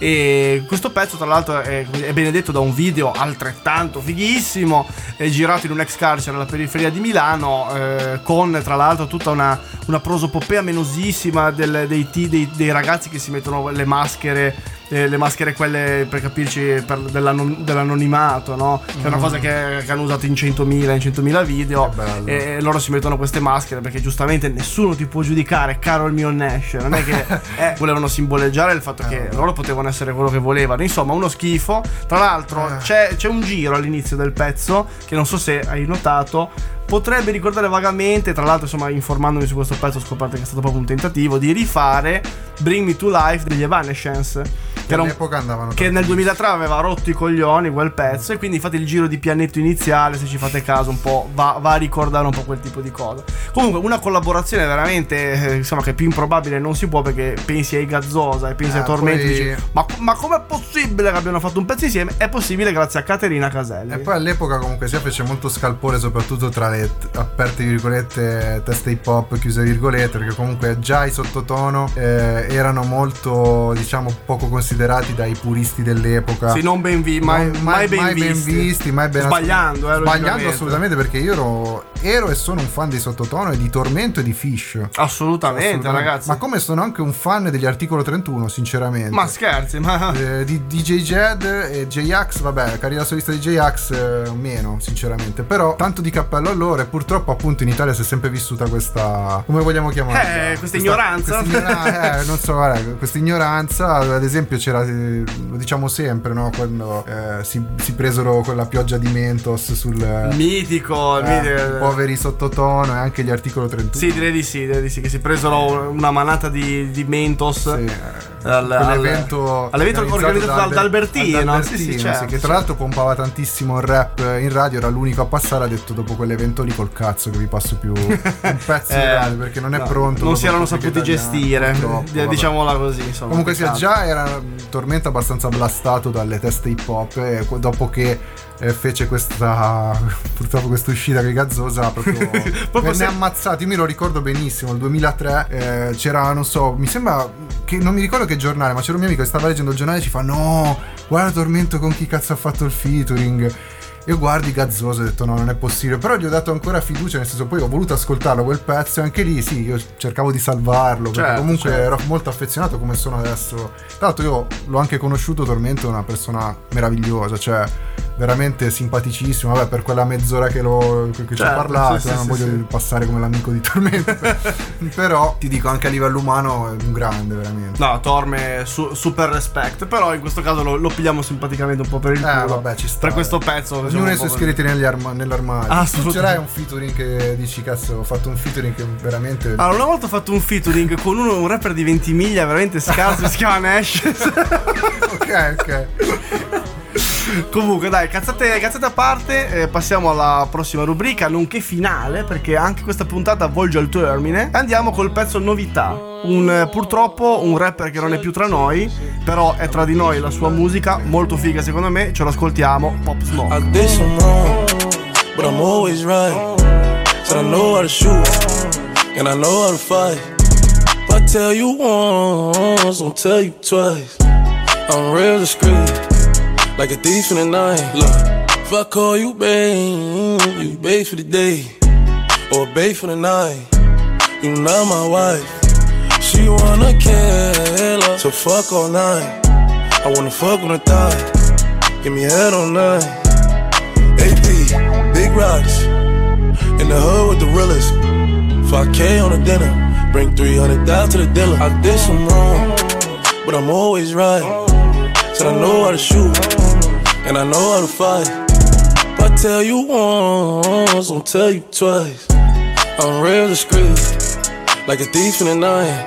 E questo pezzo, tra l'altro, è, è benedetto da un video altrettanto fighissimo, è girato in un ex carcere alla periferia di Milano, eh, con tra l'altro tutta una, una prosopopea menosissima del- dei, ti- dei- dei ragazzi che si mettono le maschere. eh, Le maschere quelle, per capirci, per dell'anon- dell'anonimato, no? Che è una Mm. cosa che, che hanno usato in centomila, in centomila video. Che bello. E loro si mettono queste maschere perché giustamente nessuno ti può giudicare, caro il mio Nash. Non è che eh, volevano simboleggiare il fatto che loro potevano essere quello che volevano. Insomma, uno schifo. Tra l'altro Eh. c'è, c'è un giro all'inizio del pezzo che non so se hai notato, potrebbe ricordare vagamente. Tra l'altro, insomma, informandomi su questo pezzo ho scoperto che è stato proprio un tentativo di rifare Bring Me to Life degli Evanescence, che, era un- all'epoca andavano che nel duemilatré aveva rotto i coglioni quel pezzo, e quindi infatti il giro di pianetto iniziale, se ci fate caso, un po' va, va a ricordare un po' quel tipo di cosa. Comunque una collaborazione veramente eh, insomma, che più improbabile non si può, perché pensi ai Gazzosa e pensi Eh, a Tormento, poi- dici, ma, ma com'è possibile che abbiano fatto un pezzo insieme? È possibile grazie a Caterina Caselli. E poi all'epoca comunque si fece molto scalpore, soprattutto tra le t- aperte virgolette teste hip hop, chiuse virgolette, perché comunque già i sottotono eh, erano molto, diciamo, poco considerati dai puristi dell'epoca. Sì, non ben vi- mai, Non- mai ben visti. visti, mai ben Sbagliando, eh, sbagliando logicamente. assolutamente, perché io ero, ero e sono un fan dei sottotono e di Tormento e di Fish. Assolutamente, ragazzi. Ma come sono anche un fan degli Articolo trentuno, sinceramente. Ma scherzi, ma Eh, di D J Jed e J-Ax, vabbè, carriera solista di J-Ax eh, meno, sinceramente. Però tanto di cappello a loro, e purtroppo appunto in Italia si è sempre vissuta questa, come vogliamo chiamarla? Eh, questa ignoranza. questa ignora- eh, non so, guarda, questa ignoranza, ad esempio c'era, eh, lo diciamo sempre, no? Quando eh, si, si presero quella pioggia di Mentos sul il mitico, il eh, mitico- i poveri sottotono, e anche gli Articolo trentuno. Sì, direi di sì, direi di sì, che si presero una manata di, di Mentos al, Quell'evento al- all'evento organizzato da, da Albertino, da sì, sì, Albertino, certo, che tra l'altro pompava tantissimo il rap in radio, era l'unico a passare, ha detto dopo quell'evento lì col cazzo che vi passo più un pezzo in Eh, radio, perché non è no, pronto. non si erano proprio saputi italiano, gestire, purtroppo, di- vabbè. diciamola così, insomma. Comunque sia, peccato. già era Tormento abbastanza blastato dalle teste hip hop, e qu- dopo che eh, fece questa purtroppo questa uscita che Gazzosa proprio, venne se- ammazzato. Io mi lo ricordo benissimo, il duemilatré eh, c'era, non so, mi sembra che non mi ricordo che giornale, ma c'era un mio amico che stava leggendo il giornale e ci fa: no, guarda Tormento con chi cazzo ha fatto il featuring. io guardi Gazzoso e ho detto no, non è possibile, però gli ho dato ancora fiducia, nel senso poi ho voluto ascoltarlo quel pezzo e anche lì sì, io cercavo di salvarlo perché certo, comunque certo. ero molto affezionato come sono adesso. Tra l'altro io l'ho anche conosciuto, Tormento è una persona meravigliosa, cioè veramente simpaticissimo, vabbè, per quella mezz'ora che, lo, che certo, ci ho parlato, sì, eh, non sì, voglio sì. passare come l'amico di Tormento, però ti dico anche a livello umano è un grande veramente. No, Torme su, super respect, però in questo caso lo, lo pigliamo simpaticamente un po' per il Eh, culo. vabbè, ci sta. Per questo pezzo Ognuno ha i suoi scheletri negli arma- nell'armadio. Ah, tu ce l'hai un featuring che dici cazzo, ho fatto un featuring che veramente. Allora, una volta ho fatto un featuring con uno, un rapper di Ventimiglia veramente scarso, si chiama Nash. Ok, ok. Comunque dai, cazzate, cazzate a parte, eh, passiamo alla prossima rubrica, nonché finale, perché anche questa puntata volge al termine. Andiamo col pezzo novità. Un, eh, purtroppo un rapper che non è più tra noi, però è tra di noi la sua musica, molto figa secondo me, ce lo ascoltiamo, Pop Smoke. I did some wrong, but I'm always right. Said I know how to shoot, and I know how to fight. If I tell you once, I'll tell you twice. I'm real discreet, like a thief in the night. Look, if I call you babe, you babe for the day, or babe for the night. You not my wife. She wanna kill her, so fuck all night. I wanna fuck on the thigh, give me head all night. A P, big rocks, in the hood with the realest. five K on the dinner, bring three hundred down to the dealer. I did some wrong, but I'm always right. Said I know how to shoot, and I know how to fight. If I tell you once, I'll tell you twice. I'm real discreet, like a thief in the night.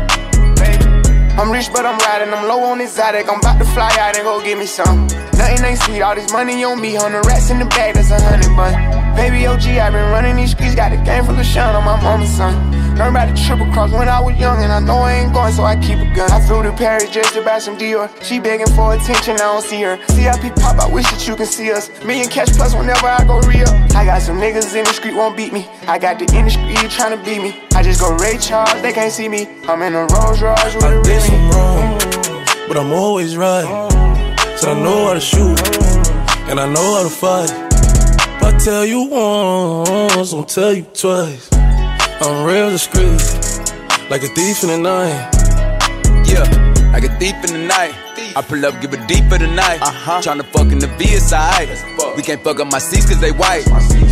I'm rich but I'm riding, I'm low on exotic. I'm about to fly out and go get me some. Nothing ain't sweet, all this money on me. Hundred rats in the bag, that's a hundred bun. Baby O G, I been running these streets. Got a game full of shine on my mama's son. Learned about the triple cross when I was young, and I know I ain't going, so I keep a gun. I flew to Paris just to buy some Dior. She begging for attention, I don't see her. C I P pop, I wish that you can see us. Million cash plus whenever I go real. I got some niggas in the street won't beat me. I got the industry trying to beat me. I just go Ray Charles, they can't see me. I'm in a Rolls Royce with a did some wrong, but I'm always right. Said I know how to shoot, and I know how to fight. If I tell you once, I'll tell you twice. I'm real discreet, like a thief in the night. Yeah, like a thief in the night. I pull up, give it deep for the night. Uh-huh. Tryna fuck in the V S I. We can't fuck up my seats cause they white.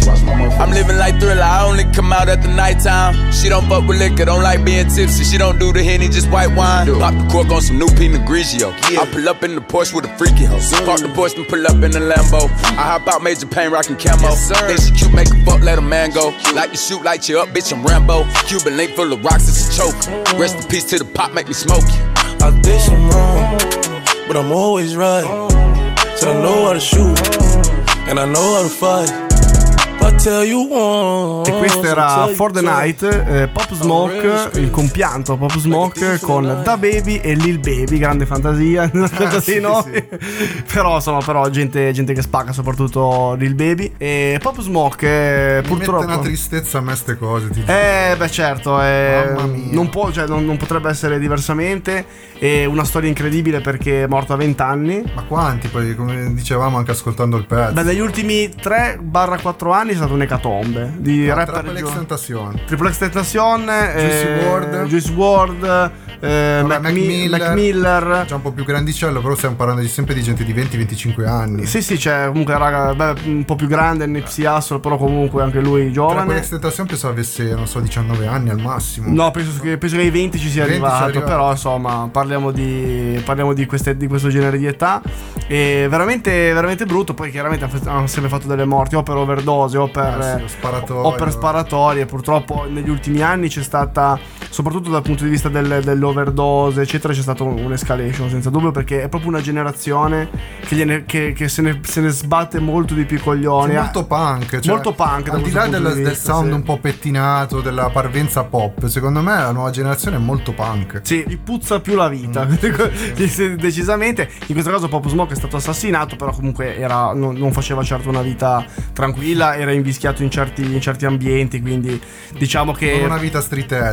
I'm living like Thriller, I only come out at the nighttime. She don't fuck with liquor, don't like being tipsy. She don't do the Henny, just white wine. Pop the cork on some new Pinot Grigio. I pull up in the Porsche with a freaky hoe. Park the Porsche and pull up in the Lambo. I hop out, Major Payne, rockin' camo. Yes, then she cute, make a fuck, let a man go. Like to shoot, light you up, bitch, I'm Rambo. Cuban link full of rocks, it's a choke. Rest in peace to the pop, make me smoke you. I did some wrong, but I'm always right. Said I know how to shoot, and I know how to fight. If I tell you once, E questo era For the Night, eh, Pop Smoke, il compianto Pop Smoke con Da Baby e Lil Baby, grande fantasia, ah, sì, no? Sì. però insomma, però gente, gente che spacca, soprattutto Lil Baby. E Pop Smoke eh, Mi purtroppo mette una tristezza a me ste cose, ti Eh beh certo, eh, Mamma mia. non, può, cioè, non, non potrebbe essere diversamente. È una storia incredibile perché è morto a venti anni. Ma quanti poi, come dicevamo anche ascoltando il pezzo? Beh, negli ultimi tre quattro anni è stata un'ecatombe di Ah, rapper Triple X Tentacion, Triple X Tentacion, Juicy eh, WRLD, Juice WRLD, eh, Vabbè, Mac, Mac Mi- Miller, Mac Miller. Già un po' più grandicello, però stiamo parlando di, sempre di gente di venti venticinque anni. Sì, sì, c'è comunque raga, beh, un po' più grande Nipsey Hussle, però comunque anche lui giovane. Triple X Tentacion penso avesse, non so, diciannove anni al massimo. No, penso che, penso che ai venti ci sia venti ci è arrivato, arrivato. però insomma parliamo di parliamo di, queste, di questo genere di età. E veramente veramente brutto. Poi chiaramente hanno sempre fatto delle morti o per overdose o per, Eh sì, sparatorio. o per sparatorie. Purtroppo negli ultimi anni c'è stata, soprattutto dal punto di vista del, dell'overdose eccetera, c'è stata un'escalation senza dubbio, perché è proprio una generazione che, gliene, che, che se, ne, se ne sbatte molto di più i coglioni. Sì, molto punk, cioè, molto punk da al di questo là punto del, di del vista, sound sì. un po' pettinato, della parvenza pop, secondo me la nuova generazione è molto punk. Sì, gli puzza più la vita. Mm. Decisamente. In questo caso Pop Smoke è stato assassinato, però comunque era, non, non faceva certo una vita tranquilla, era invischiato in certi, in certi ambienti, quindi diciamo che Non una vita street edge, dai.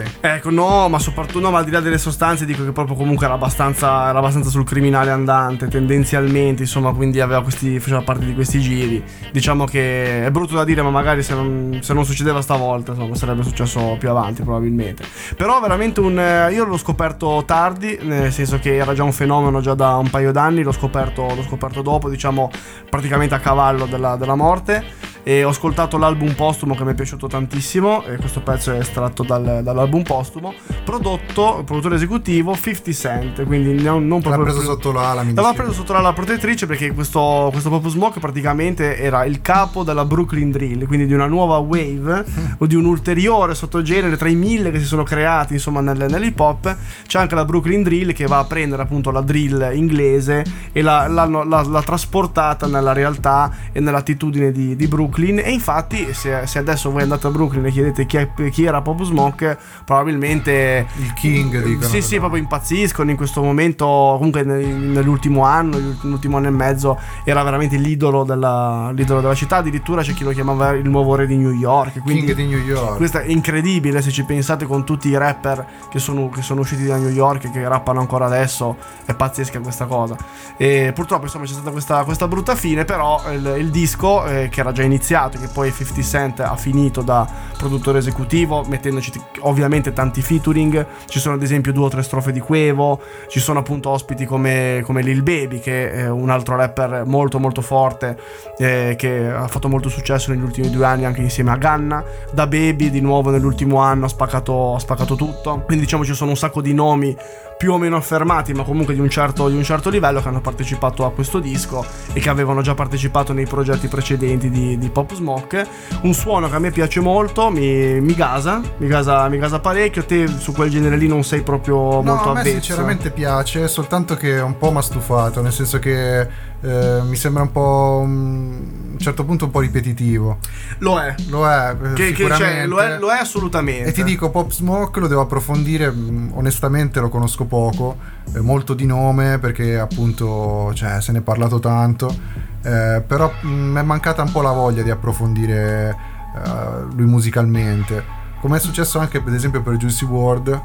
Ecco, no, ma soprattutto no, ma al di là delle sostanze dico che proprio comunque era abbastanza, era abbastanza sul criminale andante, tendenzialmente, insomma, quindi aveva questi, faceva parte di questi giri. Diciamo che è brutto da dire, ma magari se non, se non succedeva stavolta, insomma, sarebbe successo più avanti probabilmente. Però veramente un, io l'ho scoperto tardi, nel senso che era già un fenomeno già da un paio d'anni, l'ho scoperto, l'ho scoperto dopo, diciamo, praticamente a cavallo della, della morte. E ho ascoltato l'album postumo che mi è piaciuto tantissimo, e questo pezzo è estratto dal, dall'album postumo, prodotto, produttore esecutivo fifty Cent, quindi non, non proprio... L'ha preso sotto l'ala, mi L'aveva preso sotto l'ala protettrice, perché questo, questo Pop Smoke praticamente era il capo della Brooklyn Drill, quindi di una nuova wave o di un ulteriore sottogenere tra i mille che si sono creati, insomma, nel, nell'hip hop. C'è anche la Brooklyn Drill che va a prendere appunto la drill inglese e la, la, la, la, la trasportata nella realtà e nell'attitudine di, di Brooklyn. E infatti se, se adesso voi andate a Brooklyn e chiedete chi, è, chi era Pop Smoke, probabilmente il king, dicono. Sì, sì, proprio impazziscono in questo momento. Comunque nell'ultimo anno, l'ultimo anno e mezzo, era veramente l'idolo della, l'idolo della città. Addirittura c'è chi lo chiamava il nuovo re di New York, quindi king di New York. Questo è incredibile se ci pensate, con tutti i rapper che sono, che sono usciti da New York e che rappano ancora adesso. È pazzesca questa cosa. E purtroppo insomma c'è stata questa, questa brutta fine. Però il, il disco eh, che era già iniziato, che poi fifty Cent ha finito da produttore esecutivo, mettendoci ovviamente tanti featuring. Ci sono ad esempio due o tre strofe di Quavo, ci sono appunto ospiti come, come Lil Baby, che è un altro rapper molto molto forte, eh, che ha fatto molto successo negli ultimi due anni anche insieme a Gunna. Da Baby di nuovo nell'ultimo anno ha spaccato, ha spaccato tutto, quindi diciamo ci sono un sacco di nomi più o meno affermati, ma comunque di un certo, di un certo livello, che hanno partecipato a questo disco e che avevano già partecipato nei progetti precedenti di, di Pop Smoke. Un suono che a me piace molto, mi, mi gasa, mi gasa, mi gasa parecchio. Te su quel genere lì non sei proprio no, molto a me avvezzo? Sinceramente piace, soltanto che un po' m'ha stufato, nel senso che eh, mi sembra un po' um, a un certo punto un po' ripetitivo. Lo è, lo è, che, sicuramente. Che, cioè, lo, è lo è assolutamente. E ti dico, Pop Smoke lo devo approfondire, onestamente lo conosco poco, eh, molto di nome, perché appunto cioè, se ne è parlato tanto, eh, però mi è mancata un po' la voglia di approfondire eh, lui musicalmente, come è successo anche ad esempio per Juicy world,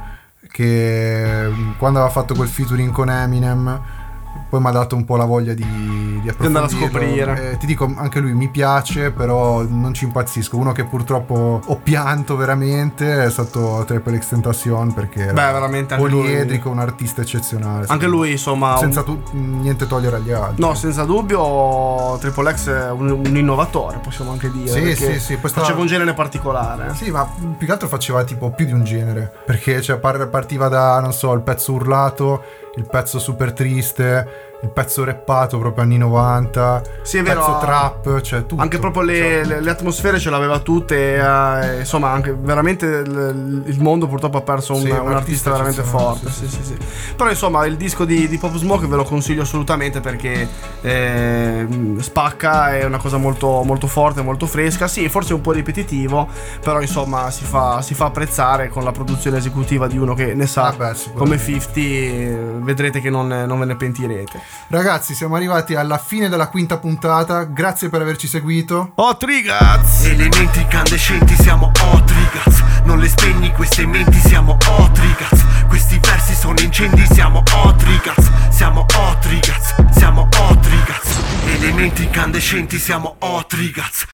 che quando aveva fatto quel featuring con Eminem poi mi ha dato un po' la voglia di, di approfondirlo. Di andare a scoprire. Eh, ti dico, anche lui mi piace, però non ci impazzisco. Uno che purtroppo ho pianto veramente è stato Triple X-Tentacion, perché era Beh, veramente anche poliedrico, lui, un artista eccezionale. Anche lui, insomma, senza un... tu, niente togliere agli altri. No, senza dubbio Triple X è un, un innovatore, possiamo anche dire. Sì, sì, sì. Faceva stava... un genere particolare. Sì, ma più che altro faceva tipo più di un genere, perché cioè, partiva da, non so, il pezzo urlato, il pezzo super triste, il pezzo rappato proprio anni novanta, sì, è il vero, pezzo trap, cioè tutto. Anche proprio le, le, le atmosfere ce l'aveva tutte, eh, insomma anche veramente il, il mondo purtroppo ha perso un, sì, un, un artista, artista veramente forte, sì, sì, sì, sì. Però insomma il disco di, di Pop Smoke ve lo consiglio assolutamente, perché eh, spacca, è una cosa molto, molto forte, molto fresca. Sì, forse un po' ripetitivo, però insomma si fa, si fa apprezzare con la produzione esecutiva di uno che ne sa, ah beh, come fifty, vedrete che non, non ve ne pentirete. Ragazzi, siamo arrivati alla fine della quinta puntata. Grazie per averci seguito. Oh Trigaz! Elementi incandescenti, siamo oh Trigaz. Non le spegni queste menti, siamo oh Trigaz. Questi versi sono incendi, siamo oh Trigaz. Siamo oh Trigaz, siamo oh Trigaz. Elementi incandescenti, siamo oh Trigaz.